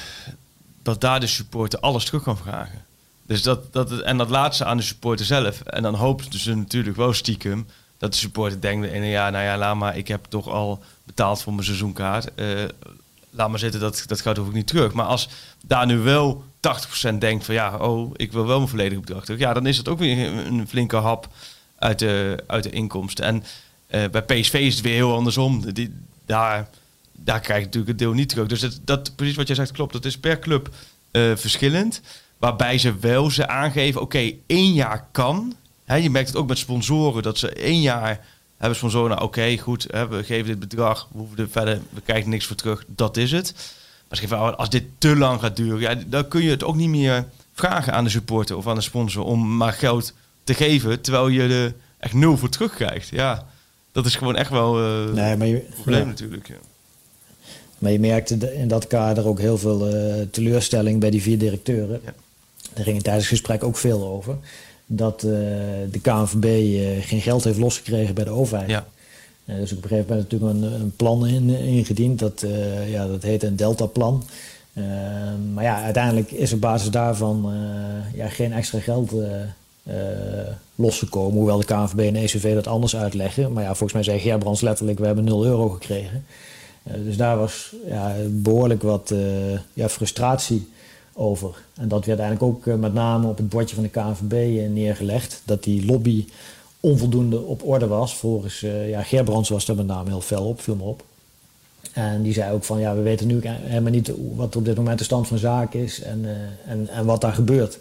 Speaker 3: dat daar de supporter alles terug kan vragen. Dus dat, dat, en dat laat ze aan de supporter zelf. En dan hopen ze natuurlijk wel stiekem dat de supporter denkt in een jaar, nou ja, laat maar, ik heb toch al betaald voor mijn seizoenkaart. Uh, laat maar zitten, dat, dat gaat hoef ik niet terug. Maar als daar nu wel tachtig procent denkt van ja, oh, ik wil wel mijn volledige bedrag terug. Ja, dan is dat ook weer een flinke hap uit de, uit de inkomsten. En uh, bij P S V is het weer heel andersom. Die, daar, daar krijg je natuurlijk het deel niet terug. Dus dat, dat, precies wat jij zegt klopt. Dat is per club uh, verschillend. Waarbij ze wel ze aangeven, oké, okay, één jaar kan. He, je merkt het ook met sponsoren, dat ze één jaar hebben sponsoren. Nou, oké, okay, goed, he, we geven dit bedrag, we hoeven er verder, we krijgen niks voor terug, dat is het. Maar ze geven, als dit te lang gaat duren, ja, dan kun je het ook niet meer vragen aan de supporter of aan de sponsor om maar geld te geven, terwijl je er echt nul voor terugkrijgt. Ja, dat is gewoon echt wel uh,
Speaker 5: nee, maar je,
Speaker 3: een probleem
Speaker 5: ja.
Speaker 3: natuurlijk. Ja.
Speaker 5: Maar je merkte in dat kader ook heel veel uh, teleurstelling bij die vier directeuren. Ja. Daar ging tijdens het gesprek ook veel over. Dat uh, de K N V B uh, geen geld heeft losgekregen bij de overheid. Ja. Uh, dus op een gegeven moment natuurlijk een, een plan in, ingediend. Dat, uh, ja, dat heette een deltaplan. Uh, maar ja, uiteindelijk is op basis daarvan uh, ja, geen extra geld uh, uh, losgekomen. Hoewel de K N V B en E C V dat anders uitleggen. Maar ja, volgens mij zei Gerbrands letterlijk, we hebben nul euro gekregen. Uh, dus daar was ja, behoorlijk wat uh, ja, frustratie over. En dat werd eigenlijk ook uh, met name op het bordje van de K N V B uh, neergelegd. Dat die lobby onvoldoende op orde was. Volgens uh, ja, Gerbrands was daar met name heel fel op, viel me op. En die zei ook van, ja, we weten nu helemaal niet wat op dit moment de stand van zaken is en, uh, en, en wat daar gebeurt.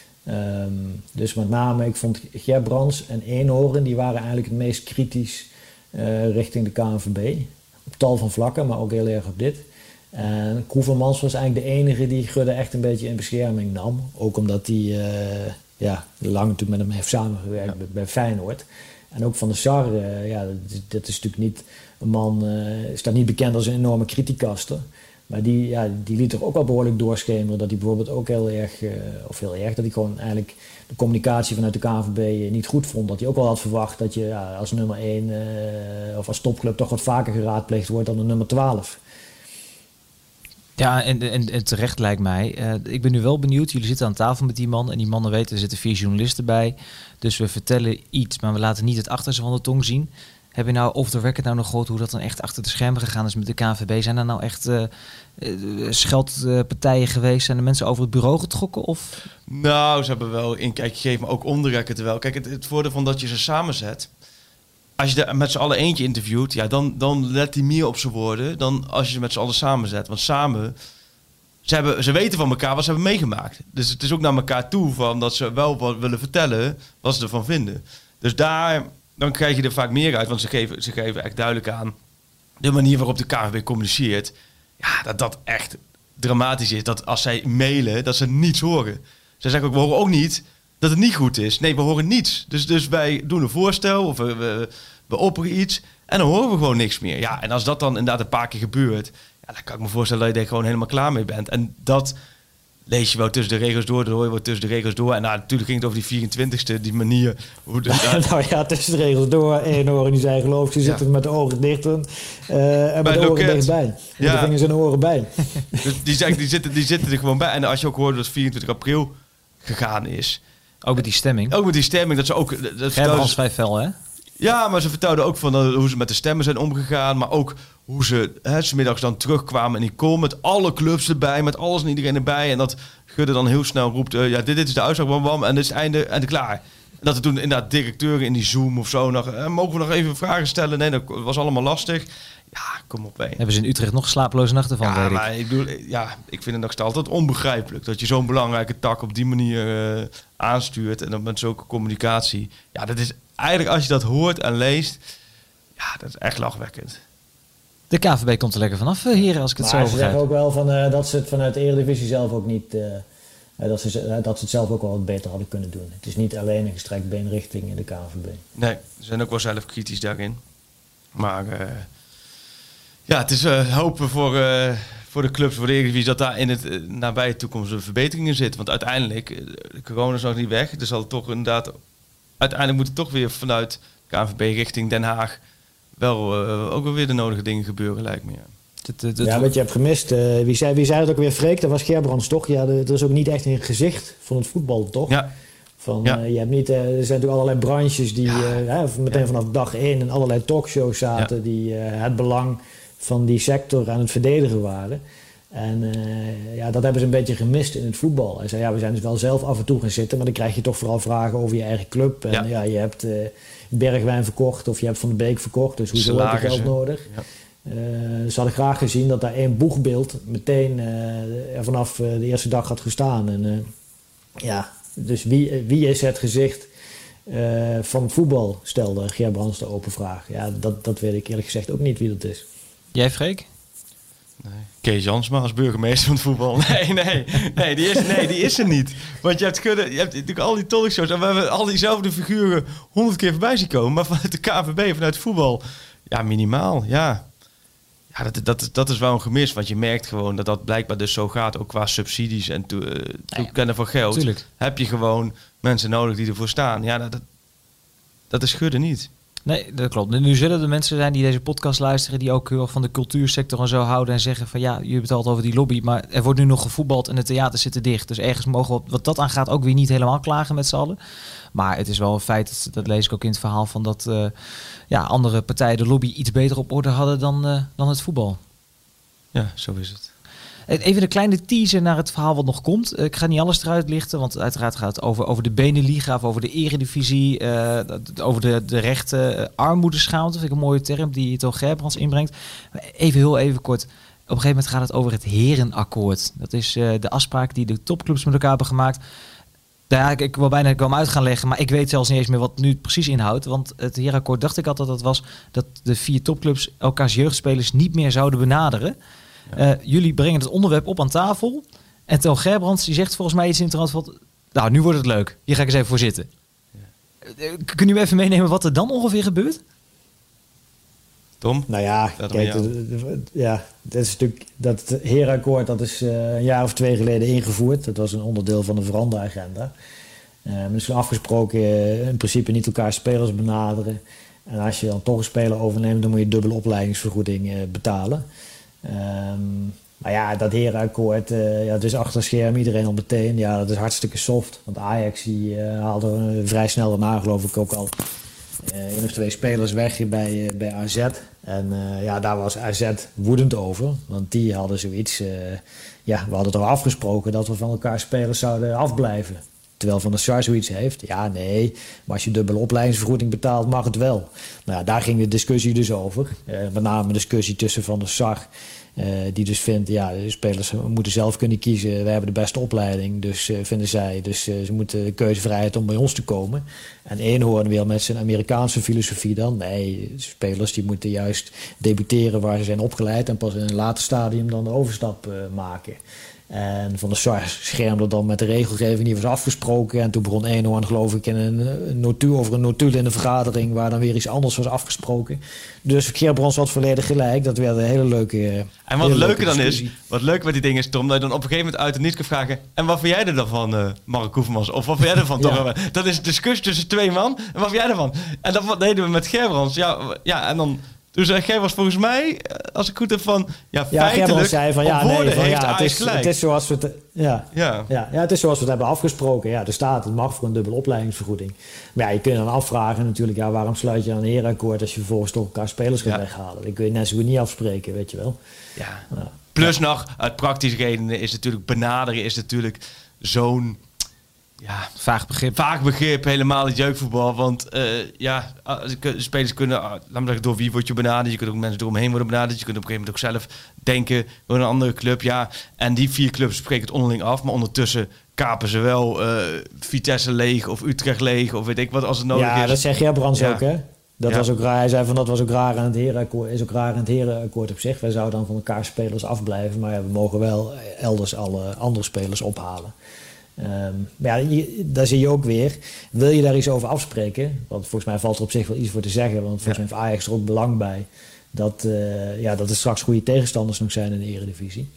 Speaker 5: Um, dus met name, ik vond Gerbrands en Eenhoorn, die waren eigenlijk het meest kritisch uh, richting de K N V B. Op tal van vlakken, maar ook heel erg op dit. En Koevermans was eigenlijk de enige die Gudde echt een beetje in bescherming nam. Ook omdat hij uh, ja, lang natuurlijk met hem heeft samengewerkt ja. bij, bij Feyenoord. En ook Van der Sar, uh, ja, dat, dat is natuurlijk niet een man, uh, staat niet bekend als een enorme criticaster. Maar die, ja, die liet er ook wel behoorlijk doorschemeren dat hij bijvoorbeeld ook heel erg, uh, of heel erg, dat hij gewoon eigenlijk de communicatie vanuit de K N V B niet goed vond. Dat hij ook wel had verwacht dat je ja, als nummer één uh, of als topclub toch wat vaker geraadpleegd wordt dan de nummer twaalf.
Speaker 4: Ja, en, en, en terecht lijkt mij. Uh, ik ben nu wel benieuwd. Jullie zitten aan tafel met die man en die mannen weten, er zitten vier journalisten bij. Dus we vertellen iets, maar we laten niet het achterste van de tong zien. Heb je nou off the record nou nog gehoord hoe dat dan echt achter de schermen gegaan is met de K N V B? Zijn er nou echt uh, uh, scheldpartijen geweest? Zijn er mensen over het bureau getrokken? Of?
Speaker 3: Nou, ze hebben wel inkijk gegeven, maar ook onderrekken wel. Kijk, het, het voordeel van dat je ze samenzet. Als je er met z'n allen eentje interviewt, ja, dan, dan let hij meer op zijn woorden dan als je ze met z'n allen samenzet. Want samen, ze, hebben, ze weten van elkaar wat ze hebben meegemaakt. Dus het is ook naar elkaar toe van dat ze wel wat willen vertellen wat ze ervan vinden. Dus daar, dan krijg je er vaak meer uit, want ze geven, ze geven echt duidelijk aan de manier waarop de K N V B communiceert. Ja, dat dat echt dramatisch is. Dat als zij mailen, dat ze niets horen. Ze zeggen ook, we horen ook niet dat het niet goed is. Nee, we horen niets. Dus, dus wij doen een voorstel of we, we, we opperen iets en dan horen we gewoon niks meer. Ja, en als dat dan inderdaad een paar keer gebeurt, ja, dan kan ik me voorstellen dat je er gewoon helemaal klaar mee bent. En dat lees je wel tussen de regels door, dat hoor je wel tussen de regels door. En nou, natuurlijk ging het over die vierentwintigste, die manier. Hoe de,
Speaker 5: nou ja, tussen de regels door. Eenhoorn die zei geloof ik, die zitten ja. met de ogen dicht uh, en met de oren dichtbij. Met ja. de vingers en de oren bij.
Speaker 3: Dus die, die, zitten, die zitten er gewoon bij. En als je ook hoort dat het vierentwintig april gegaan is.
Speaker 4: Ook met die stemming.
Speaker 3: Ook met die stemming. Dat ze ook. Dat
Speaker 4: Gerbrands vrij fel, hè?
Speaker 3: Ja, maar ze vertelden ook van uh, hoe ze met de stemmen zijn omgegaan. Maar ook hoe ze hè, 's middags dan terugkwamen in die call met alle clubs erbij. Met alles en iedereen erbij. En dat Gudde dan heel snel roept. Uh, ja, dit, dit is de uitslag, bam, bam. En dit is het einde en klaar. En dat er toen inderdaad directeuren in die Zoom of zo nog. Uh, mogen we nog even vragen stellen? Nee, dat was allemaal lastig. Ja, kom op. Hé.
Speaker 4: Hebben ze in Utrecht nog slapeloze nachten van,
Speaker 3: Ja,
Speaker 4: weet
Speaker 3: maar
Speaker 4: ik.
Speaker 3: ik bedoel, ja, ik vind het nog steeds altijd onbegrijpelijk dat je zo'n belangrijke tak op die manier uh, aanstuurt en dan met zulke communicatie. Ja, dat is eigenlijk als je dat hoort en leest, ja, dat is echt lachwekkend.
Speaker 4: De K V B komt er lekker vanaf, heren, als ik het
Speaker 5: maar
Speaker 4: zo
Speaker 5: ze
Speaker 4: begrijp.
Speaker 5: zeggen ook wel van, uh, dat ze het vanuit de Eredivisie zelf ook niet... Uh, dat, ze, uh, dat ze het zelf ook wel wat beter hadden kunnen doen. Het is niet alleen een gestrekt been richting de K V B.
Speaker 3: Nee, ze zijn ook wel zelf kritisch daarin. Maar uh, ja, het is uh, hopen voor, uh, voor de clubs, voor de Eredivisie, dat daar in het uh, nabije toekomst een verbetering in zit. Want uiteindelijk, uh, de corona is nog niet weg. Er zal toch inderdaad, uiteindelijk moet het toch weer vanuit K N V B richting Den Haag wel uh, ook wel weer de nodige dingen gebeuren, lijkt me. Ja.
Speaker 4: Het, het, het,
Speaker 5: ja, wat je hebt gemist. Uh, wie, zei, wie zei het ook weer, Freek? Dat was Gerbrands, toch? Ja, er is ook niet echt een gezicht van het voetbal, toch?
Speaker 3: Ja.
Speaker 5: Van,
Speaker 3: ja.
Speaker 5: uh, je hebt niet, uh, er zijn natuurlijk allerlei branches die ja. uh, hè, meteen ja. vanaf dag één in allerlei talkshows zaten... Ja. die uh, het belang van die sector aan het verdedigen waren. En uh, ja, dat hebben ze een beetje gemist in het voetbal. Hij zei, ja, we zijn dus wel zelf af en toe gaan zitten... maar dan krijg je toch vooral vragen over je eigen club. En ja, ja je hebt uh, Bergwijn verkocht of je hebt Van de Beek verkocht... dus hoezo heb je geld nodig? Ja. Uh, ze hadden graag gezien dat daar één boegbeeld meteen uh, er vanaf uh, de eerste dag had gestaan. En, uh, ja, dus wie, wie is het gezicht uh, van voetbal, stelde Gerbrands de open vraag. Ja, dat, dat weet ik eerlijk gezegd ook niet wie dat is.
Speaker 4: Jij, Freek?
Speaker 3: Nee. Kees Jansma als burgemeester van het voetbal. Nee, nee, nee, die is, nee, die is er niet. Want je hebt, kunnen, je hebt natuurlijk al die talkshows en we hebben al diezelfde figuren honderd keer voorbij zien komen. Maar vanuit de K N V B, vanuit het voetbal, ja, minimaal, ja. Ja, dat, dat, dat is wel een gemis, want je merkt gewoon dat dat blijkbaar dus zo gaat, ook qua subsidies en to, uh, toekennen van geld.
Speaker 4: Tuurlijk.
Speaker 3: Heb je gewoon mensen nodig die ervoor staan. Ja, dat, dat is schudden niet.
Speaker 4: Nee, dat klopt. Nu zullen er mensen zijn die deze podcast luisteren, die ook heel erg van de cultuursector en zo houden en zeggen van ja, je hebt het altijd over die lobby, maar er wordt nu nog gevoetbald en de theaters zitten dicht. Dus ergens mogen we, wat dat aangaat, ook weer niet helemaal klagen met z'n allen. Maar het is wel een feit, dat, dat lees ik ook in het verhaal, van dat uh, ja, andere partijen de lobby iets beter op orde hadden dan, uh, dan het voetbal.
Speaker 3: Ja, zo is het.
Speaker 4: Even een kleine teaser naar het verhaal wat nog komt. Ik ga niet alles eruit lichten, want uiteraard gaat het over, over de Beneliga, of over de Eredivisie, uh, over de, de rechten. Uh, armoedeschaamte, vind ik een mooie term die Toon Gerbrands inbrengt. Even heel even kort. Op een gegeven moment gaat het over het herenakkoord. Dat is uh, de afspraak die de topclubs met elkaar hebben gemaakt. Ja, ik, ik wil bijna ik wil hem uit gaan leggen, maar ik weet zelfs niet eens meer wat het nu precies inhoudt. Want het herenakkoord, dacht ik altijd dat dat was dat de vier topclubs elkaars jeugdspelers niet meer zouden benaderen. Ja. Uh, jullie brengen het onderwerp op aan tafel. En Toon Gerbrands die zegt volgens mij iets in het trant van, nou, nu wordt het leuk. Hier ga ik eens even voor zitten. Ja. Uh, kun je me even meenemen wat er dan ongeveer gebeurt?
Speaker 3: Tom?
Speaker 5: Nou ja, kijk, ja, dat is natuurlijk dat herenakkoord, dat is uh, een jaar of twee geleden ingevoerd. Dat was een onderdeel van de veranderagenda. Uh, men is afgesproken uh, in principe niet elkaar spelers benaderen. En als je dan toch een speler overneemt, dan moet je dubbele opleidingsvergoeding uh, betalen. Um, maar ja, dat herenakkoord, uh, ja, het is achter scherm iedereen al meteen. Ja, dat is hartstikke soft. Want Ajax die, uh, haalde uh, vrij snel daarna, geloof ik, ook al uh, één of twee spelers weg hier bij, uh, bij A Z. En uh, ja, daar was A Z woedend over. Want die hadden zoiets. Uh, ja, we hadden toch afgesproken dat we van elkaar spelers zouden afblijven. Terwijl Van der Sar zoiets heeft. Ja, nee, maar als je dubbele opleidingsvergoeding betaalt, mag het wel. Nou ja, daar ging de discussie dus over. Uh, met name een discussie tussen Van der Sar, uh, die dus vindt, ja, de spelers moeten zelf kunnen kiezen. Wij hebben de beste opleiding, dus uh, vinden zij. Dus uh, ze moeten de keuzevrijheid om bij ons te komen. En Eenhoorn weer met zijn Amerikaanse filosofie dan. Nee, spelers die moeten juist debuteren waar ze zijn opgeleid en pas in een later stadium dan de overstap uh, maken. En Van der Sar schermde dan met de regelgeving die was afgesproken. En toen begon Eenhoorn, geloof ik, in een notuul over een notuul in de vergadering waar dan weer iets anders was afgesproken. Dus Gerbrands had volledig gelijk. Dat werd een hele leuke.
Speaker 3: En wat leuker dan is, wat leuk met die dingen is, Tom, dat je dan op een gegeven moment uit het niets kan vragen. En wat vind jij er dan van, uh, Mark Koevermans? Of wat vind jij ervan? Ja. Dat is een discussie tussen twee man. En wat vind jij ervan? En dat deden we met Gerbrands. Ja, ja, en dan. Dus uh, Gerbrands volgens mij, als ik goed heb van, ja,
Speaker 5: ja
Speaker 3: feitelijk,
Speaker 5: zei van, ja, nee, van,
Speaker 3: heeft
Speaker 5: ja, het, is,
Speaker 3: gelijk.
Speaker 5: het is zoals we het, ja,
Speaker 3: ja.
Speaker 5: Ja, ja, het is zoals we het hebben afgesproken. Ja, er staat, het mag voor een dubbele opleidingsvergoeding. Maar ja, je kunt dan afvragen natuurlijk, ja, waarom sluit je aan een herenakkoord als je vervolgens toch elkaar spelers gaat ja. weghalen? Dat kun je net zo goed niet afspreken, weet je wel.
Speaker 3: Ja. Ja. Plus ja. nog, uit praktische redenen is natuurlijk benaderen is natuurlijk zo'n Ja,
Speaker 4: vaag begrip.
Speaker 3: Vaag begrip, helemaal het jeugdvoetbal. Want uh, ja, spelers kunnen, laat me zeggen, door wie word je benaderd? Je kunt ook mensen eromheen worden benaderd. Je kunt op een gegeven moment ook zelf denken door een andere club. Ja, en die vier clubs spreken het onderling af. Maar ondertussen kapen ze wel uh, Vitesse leeg of Utrecht leeg of weet ik wat als het nodig
Speaker 5: ja,
Speaker 3: is.
Speaker 5: Ja, dat zeg jij Brands
Speaker 3: ja.
Speaker 5: ook, hè? Dat
Speaker 3: ja.
Speaker 5: was ook raar. Hij zei van dat was ook raar aan het herenakkoord, is ook raar aan het herenakkoord op zich. Wij zouden dan van elkaar spelers afblijven, maar ja, we mogen wel elders alle andere spelers ophalen. Um, maar ja, je, daar zie je ook weer. Wil je daar iets over afspreken? Want volgens mij valt er op zich wel iets voor te zeggen. Want volgens ja. mij heeft Ajax er ook belang bij dat, uh, ja, dat er straks goede tegenstanders nog zijn in de Eredivisie.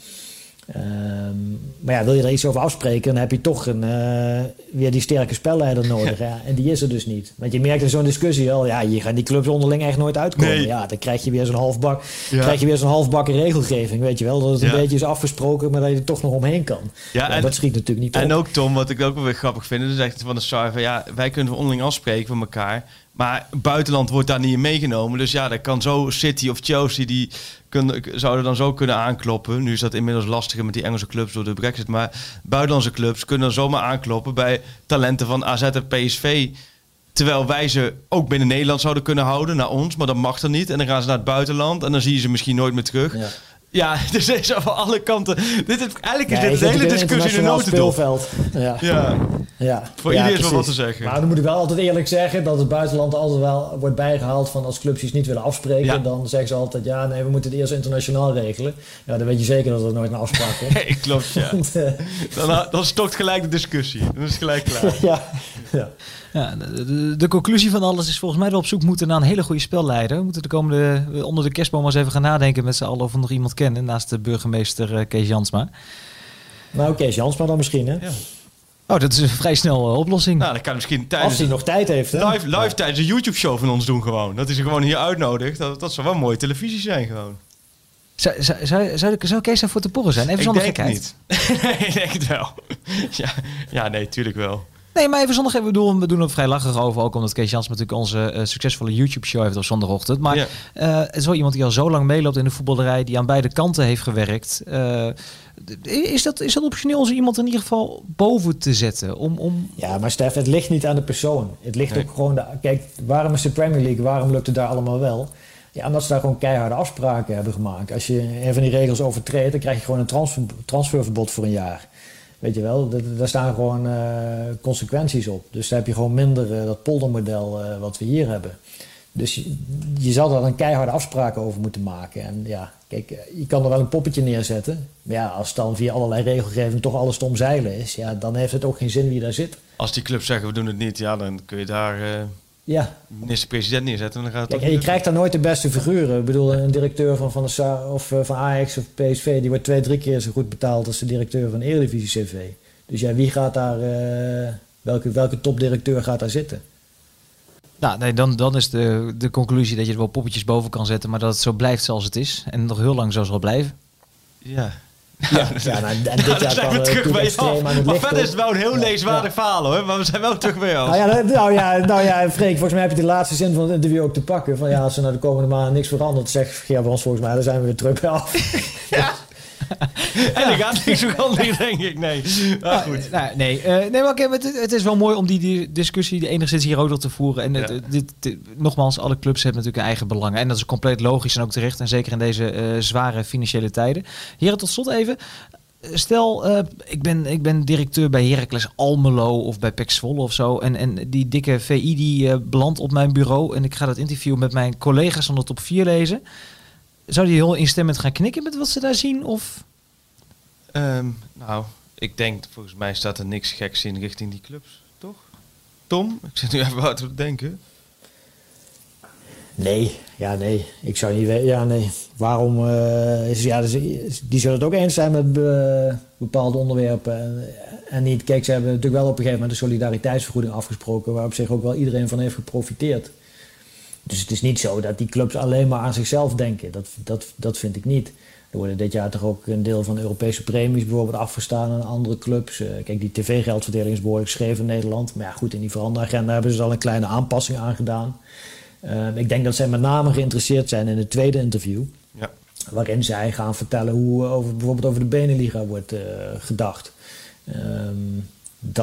Speaker 5: Um, maar ja, wil je er iets over afspreken, dan heb je toch een, uh, weer die sterke spelleider nodig. Ja. En die is er dus niet. Want je merkt in zo'n discussie al, ja, hier gaan die clubs onderling echt nooit uitkomen.
Speaker 3: Nee.
Speaker 5: Ja, dan krijg je weer zo'n halfbak,
Speaker 3: ja.
Speaker 5: krijg je weer zo'n halfbakken regelgeving, weet je wel. Dat het
Speaker 3: ja.
Speaker 5: een beetje is afgesproken, maar dat je er toch nog omheen kan.
Speaker 3: Ja,
Speaker 5: ja,
Speaker 3: en,
Speaker 5: dat schiet natuurlijk niet op.
Speaker 3: En ook Tom, wat ik ook wel weer grappig vind, is echt van de Sar van ja, wij kunnen onderling afspreken van elkaar. Maar buitenland wordt daar niet in meegenomen. Dus ja, dat kan zo City of Chelsea, die kunnen, zouden dan zo kunnen aankloppen. Nu is dat inmiddels lastiger met die Engelse clubs door de Brexit. Maar buitenlandse clubs kunnen dan zomaar aankloppen bij talenten van A Z en P S V. Terwijl wij ze ook binnen Nederland zouden kunnen houden, naar ons. Maar dat mag er niet. En dan gaan ze naar het buitenland en dan zie je ze misschien nooit meer terug. Ja. Ja, dus er is van alle kanten. Dit is, eigenlijk is
Speaker 5: nee,
Speaker 3: dit de hele discussie in een notendop.
Speaker 5: Ja.
Speaker 3: Ja.
Speaker 5: Ja.
Speaker 3: Voor
Speaker 5: ja,
Speaker 3: iedereen is
Speaker 5: wel
Speaker 3: wat te zeggen.
Speaker 5: Maar dan moet ik wel altijd eerlijk zeggen dat het buitenland altijd wel wordt bijgehaald van als clubs iets niet willen afspreken. Ja. Dan zeggen ze altijd, ja nee, we moeten het eerst internationaal regelen. Ja, dan weet je zeker dat er nooit een afspraak komt.
Speaker 3: Nee, klopt, ja. Want, uh, dan, dan stokt gelijk de discussie. Dan is het gelijk klaar.
Speaker 5: ja, ja.
Speaker 4: Ja, de, de, de conclusie van alles is volgens mij dat we op zoek moeten naar een hele goede spelleider. We moeten de komende, onder de kerstboom eens even gaan nadenken met z'n allen of we nog iemand kennen naast de burgemeester uh, Kees Jansma.
Speaker 5: Nou, Kees Jansma dan misschien, hè?
Speaker 3: Ja.
Speaker 4: Oh, dat is een vrij snel uh, oplossing.
Speaker 3: Nou, dan kan misschien tijdens...
Speaker 5: Als hij nog tijd heeft, hè?
Speaker 3: Live, live ja. tijdens een YouTube-show van ons doen gewoon. Dat hij ze gewoon hier uitnodigt. Dat, dat zou wel mooie televisie zijn gewoon.
Speaker 4: Zou, zou, zou, zou, zou Kees daarvoor te porren zijn? Even zonder gekheid.
Speaker 3: Niet. Nee, ik denk het wel. Ja, ja, nee, tuurlijk wel.
Speaker 4: Nee, maar even zonder gekheid. We doen, we doen er vrij lachig over. Ook omdat Kees Jans natuurlijk onze uh, succesvolle YouTube-show heeft op zondagochtend. Maar ja. uh, zo iemand die al zo lang meeloopt in de voetballerij, die aan beide kanten heeft gewerkt. Uh, is, dat, is dat optioneel om zo iemand in ieder geval boven te zetten? Om, om...
Speaker 5: Ja, maar Stef, het ligt niet aan de persoon. Het ligt nee. ook gewoon... De, kijk, waarom is de Premier League? Waarom lukt het daar allemaal wel? Ja, omdat ze daar gewoon keiharde afspraken hebben gemaakt. Als je een van die regels overtreedt, dan krijg je gewoon een transfer, transferverbod voor een jaar. Weet je wel, daar staan gewoon uh, consequenties op. Dus daar heb je gewoon minder uh, dat poldermodel uh, wat we hier hebben. Dus je, je zal daar een keiharde afspraken over moeten maken. En ja, kijk, je kan er wel een poppetje neerzetten. Maar ja, als dan via allerlei regelgeving toch alles te omzeilen is, ja, dan heeft het ook geen zin wie daar zit.
Speaker 3: Als die clubs zeggen we doen het niet, ja, dan kun je daar uh,
Speaker 5: ja.
Speaker 3: minister-president neerzetten. En dan gaat het
Speaker 5: kijk,
Speaker 3: toch
Speaker 5: en je
Speaker 3: niet
Speaker 5: krijgt daar nooit de beste figuren. Ik bedoel, een directeur van, van, de Sa- of, uh, van Ajax of P S V, die wordt twee, drie keer zo goed betaald als de directeur van Eredivisie C V. Dus ja, wie gaat daar, uh, welke, welke topdirecteur gaat daar zitten?
Speaker 4: Nou, nee, dan, dan is de, de conclusie dat je er wel poppetjes boven kan zetten, maar dat het zo blijft zoals het is. En nog heel lang zo zal blijven.
Speaker 3: Ja.
Speaker 5: Ja, ja nou, en dit
Speaker 3: nou,
Speaker 5: jaar
Speaker 3: zijn we terug bij af. Maar
Speaker 5: licht
Speaker 3: verder is het wel een heel
Speaker 5: ja,
Speaker 3: leeswaardig
Speaker 5: ja.
Speaker 3: verhaal hoor. Maar we zijn wel terug bij af.
Speaker 5: Nou ja, nou, ja, nou ja, Freek, volgens mij heb je de laatste zin van het interview ook te pakken. Van ja, als er nou de komende maanden niks verandert, zegt Gerbrands volgens mij, dan zijn we weer terug bij af.
Speaker 3: Ja. En er gaat niks veranderen, denk ik. Nee. Maar
Speaker 4: ah,
Speaker 3: goed.
Speaker 4: Nou, nee, uh, nee, maar okay, het, het is wel mooi om die, die discussie enigszins hier ook nog te voeren. En
Speaker 3: ja.
Speaker 4: het, dit, dit, nogmaals, alle clubs hebben natuurlijk een eigen belangen. En dat is compleet logisch en ook terecht. En zeker in deze uh, zware financiële tijden. Heren, tot slot even. Stel, uh, ik, ben, ik ben directeur bij Heracles Almelo of bij P E C Zwolle of zo. En, en die dikke V I die uh, belandt op mijn bureau. En ik ga dat interview met mijn collega's van de top vier lezen. Zou die heel instemmend gaan knikken met wat ze daar zien? Of...
Speaker 3: Um, nou, ik denk, volgens mij staat er niks geks in richting die clubs, toch? Tom, ik zit nu even wat te denken.
Speaker 5: Nee, ja nee. Ik zou niet weten, ja nee. Waarom, uh, is, ja, dus, die zullen het ook eens zijn met uh, bepaalde onderwerpen. En, en niet, kijk, ze hebben natuurlijk wel op een gegeven moment een solidariteitsvergoeding afgesproken, waar op zich ook wel iedereen van heeft geprofiteerd. Dus het is niet zo dat die clubs alleen maar aan zichzelf denken. Dat, dat, dat vind ik niet. Er worden dit jaar toch ook een deel van de Europese premies bijvoorbeeld afgestaan aan andere clubs. Uh, kijk, die tv-geldverdeling is behoorlijk scheef in Nederland. Maar ja, goed, in die veranderagenda hebben ze al een kleine aanpassing aan gedaan. Uh, ik denk dat zij met name geïnteresseerd zijn in het tweede interview.
Speaker 3: Ja.
Speaker 5: Waarin zij gaan vertellen hoe over, bijvoorbeeld over de Beneliga wordt uh, gedacht. Um, dat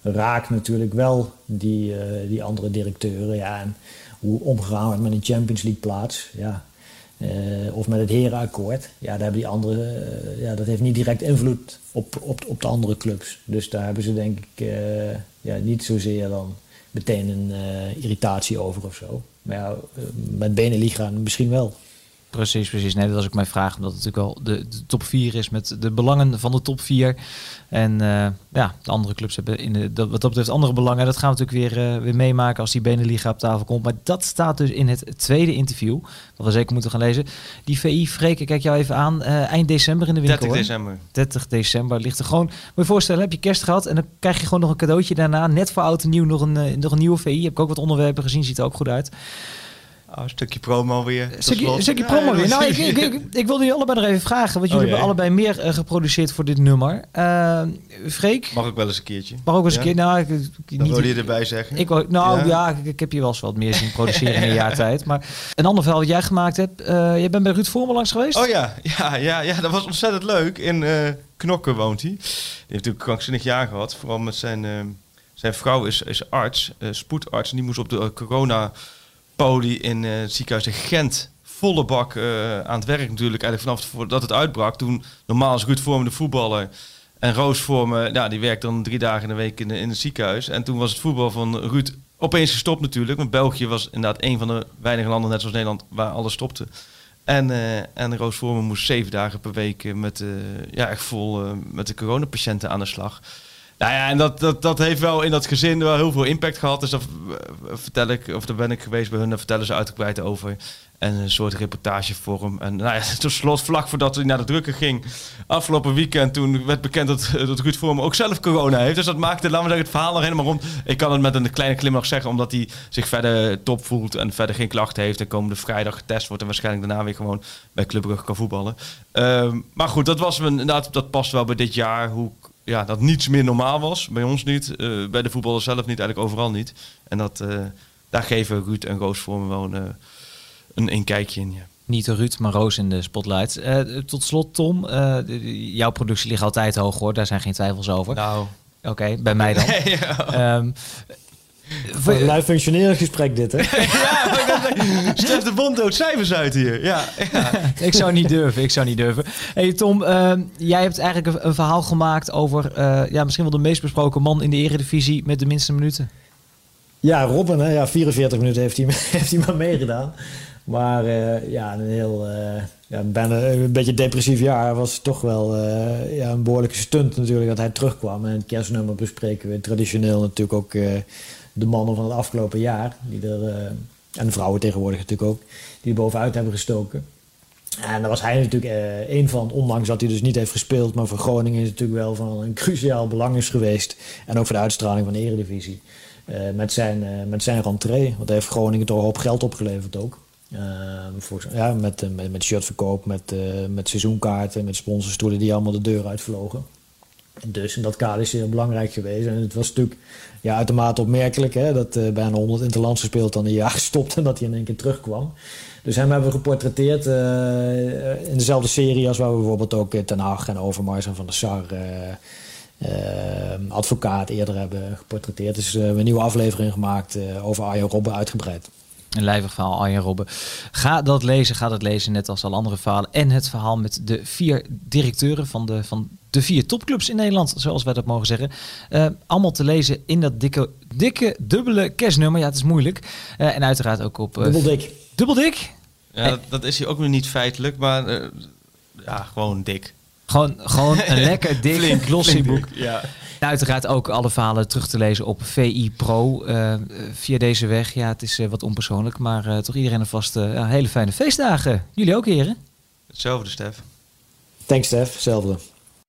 Speaker 5: raakt natuurlijk wel die, uh, die andere directeuren. Ja, en hoe omgegaan wordt met een Champions League plaats. Ja. Uh, of met het herenakkoord. Ja, daar hebben die andere, uh, ja, dat heeft niet direct invloed op, op, op de andere clubs. Dus daar hebben ze denk ik uh, ja, niet zozeer dan meteen een uh, irritatie over of zo. Maar ja, uh, met Beneliga misschien wel.
Speaker 4: Precies, precies. Nee, dat was ook mijn vraag. Omdat het natuurlijk al de, de top vier is met de belangen van de top vier. En uh, ja, de andere clubs hebben in de, dat, wat dat betreft andere belangen. Dat gaan we natuurlijk weer, uh, weer meemaken als die Beneliga op tafel komt. Maar dat staat dus in het tweede interview. Wat we zeker moeten gaan lezen. Die V I, Freek, ik kijk jou even aan. Uh, eind december in de winkel.
Speaker 3: dertig december.
Speaker 4: dertig december ligt er gewoon. Moet je voorstellen, heb je kerst gehad. En dan krijg je gewoon nog een cadeautje daarna. Net voor oud en nieuw nog een, uh, nog een nieuwe V I. Heb ik ook wat onderwerpen gezien. Ziet er ook goed uit.
Speaker 3: Oh, een stukje promo weer.
Speaker 4: Een stukje, een stukje promo weer. Nou, ik, ik, ik, ik wilde jullie allebei nog even vragen. Want jullie oh, hebben allebei meer uh, geproduceerd voor dit nummer. Uh, Freek?
Speaker 3: Mag ik wel eens een keertje?
Speaker 4: Mag ook wel eens
Speaker 3: ja?
Speaker 4: een keer. Nou, ik, ik,
Speaker 3: Dan
Speaker 4: niet,
Speaker 3: wil je erbij zeggen.
Speaker 4: Ik, nou ja, ja ik, ik heb je wel eens wat meer zien produceren in een jaar tijd. Maar een ander verhaal wat jij gemaakt hebt. Uh, jij bent bij Ruud Vormer langs geweest?
Speaker 3: Oh ja, ja, ja, ja, dat was ontzettend leuk. In uh, Knokke woont hij. Die heeft natuurlijk een krankzinnig jaar gehad. Vooral met zijn, uh, zijn vrouw is, is arts, uh, spoedarts. En die moest op de uh, corona... poli in uh, het ziekenhuis in Gent volle bak uh, aan het werk natuurlijk. Eigenlijk vanaf voordat het uitbrak. Toen normaal is Ruud Vormer de voetballer. En Roos Vormer, ja, die werkt dan drie dagen in de week in, de, in het ziekenhuis. En toen was het voetbal van Ruud opeens gestopt natuurlijk. Want België was inderdaad een van de weinige landen, net zoals Nederland, waar alles stopte. En, uh, en Roos Vormer moest zeven dagen per week met, uh, ja, echt vol uh, met de coronapatiënten aan de slag. Nou ja, en dat, dat, dat heeft wel in dat gezin wel heel veel impact gehad. Dus dat vertel ik, of daar ben ik geweest bij hun, daar vertellen ze uitgebreid over. En een soort reportagevorm. En nou ja, tot slot, vlak voordat hij naar de drukker ging, afgelopen weekend, toen werd bekend dat, dat Ruud Vormer ook zelf corona heeft. Dus dat maakte, laten we zeggen, het verhaal nog helemaal rond. Ik kan het met een kleine glimlach zeggen, omdat hij zich verder top voelt en verder geen klachten heeft. En komende vrijdag getest wordt en waarschijnlijk daarna weer gewoon bij Club Brugge kan voetballen. Um, maar goed, dat was inderdaad, dat past wel bij dit jaar, hoe ja, dat niets meer normaal was. Bij ons niet, uh, bij de voetballers zelf niet, eigenlijk overal niet. En dat, uh, daar geven Ruud en Roos Vormer wel een, uh, een inkijkje in. Ja. Niet
Speaker 4: Ruud, maar Roos in de spotlight. Uh, tot slot, Tom, uh, de, jouw productie ligt altijd hoog, hoor. Daar zijn geen twijfels over.
Speaker 3: Nou.
Speaker 4: Oké, okay, bij mij dan. Nee, ja. um,
Speaker 5: Voor een lui functionerend gesprek dit, hè?
Speaker 3: Ja, Stef de Bond dood cijfers uit hier. Ja, ja.
Speaker 4: Ik zou niet durven, ik zou niet durven. Hey Tom, uh, jij hebt eigenlijk een, een verhaal gemaakt over uh, ja, misschien wel de meest besproken man in de Eredivisie met de minste minuten.
Speaker 5: Ja, Robben, hè? Ja, vierenveertig minuten heeft hij, heeft hij maar meegedaan. Maar uh, ja, een heel uh, ja, bijna een beetje depressief jaar was toch wel uh, ja, een behoorlijke stunt natuurlijk dat hij terugkwam. En het kerstnummer bespreken we traditioneel natuurlijk ook uh, de mannen van het afgelopen jaar. Die er, uh, en de vrouwen tegenwoordig natuurlijk ook. Die er bovenuit hebben gestoken. En daar was hij natuurlijk uh, één van, ondanks dat hij dus niet heeft gespeeld. Maar voor Groningen is het natuurlijk wel van een cruciaal belang is geweest. En ook voor de uitstraling van de Eredivisie. Uh, met, zijn, uh, met zijn rentree. Want hij heeft Groningen toch een hoop geld opgeleverd ook. Uh, voor, ja, met, met, met shirtverkoop, met, uh, met seizoenkaarten, met sponsorstoelen die allemaal de deur uitvlogen. Dus in dat kader is hij heel belangrijk geweest. En het was natuurlijk ja, uitermate opmerkelijk hè, dat uh, bijna honderd interlands gespeeld dan een jaar gestopt en dat hij in één keer terugkwam. Dus hem hebben we geportretteerd uh, in dezelfde serie als waar we bijvoorbeeld ook Ten Hag en Overmars en Van der Sar, uh, uh, advocaat eerder hebben geportretteerd. Dus uh, we hebben een nieuwe aflevering gemaakt uh, over Arjen Robben uitgebreid.
Speaker 4: Een lijvig verhaal, Arjen Robben. Ga dat lezen, ga dat lezen, net als al andere verhalen. En het verhaal met de vier directeuren van de, van de vier topclubs in Nederland, zoals wij dat mogen zeggen. Uh, allemaal te lezen in dat dikke, dikke, dubbele kerstnummer. Ja, het is moeilijk. Uh, en uiteraard ook op... Uh,
Speaker 5: dubbeldik.
Speaker 4: Dubbeldik?
Speaker 3: Ja, dat, dat is hier ook nog niet feitelijk, maar uh, ja, gewoon dik.
Speaker 4: Gewoon, gewoon een lekker dik, flink, glossy boek.
Speaker 3: Ja.
Speaker 4: En uiteraard ook alle verhalen terug te lezen op V I Pro uh, via deze weg. Ja, het is uh, wat onpersoonlijk, maar uh, toch iedereen alvast uh, ja, hele fijne feestdagen. Jullie ook, heren?
Speaker 3: Hetzelfde, Stef.
Speaker 5: Thanks, Stef. Hetzelfde.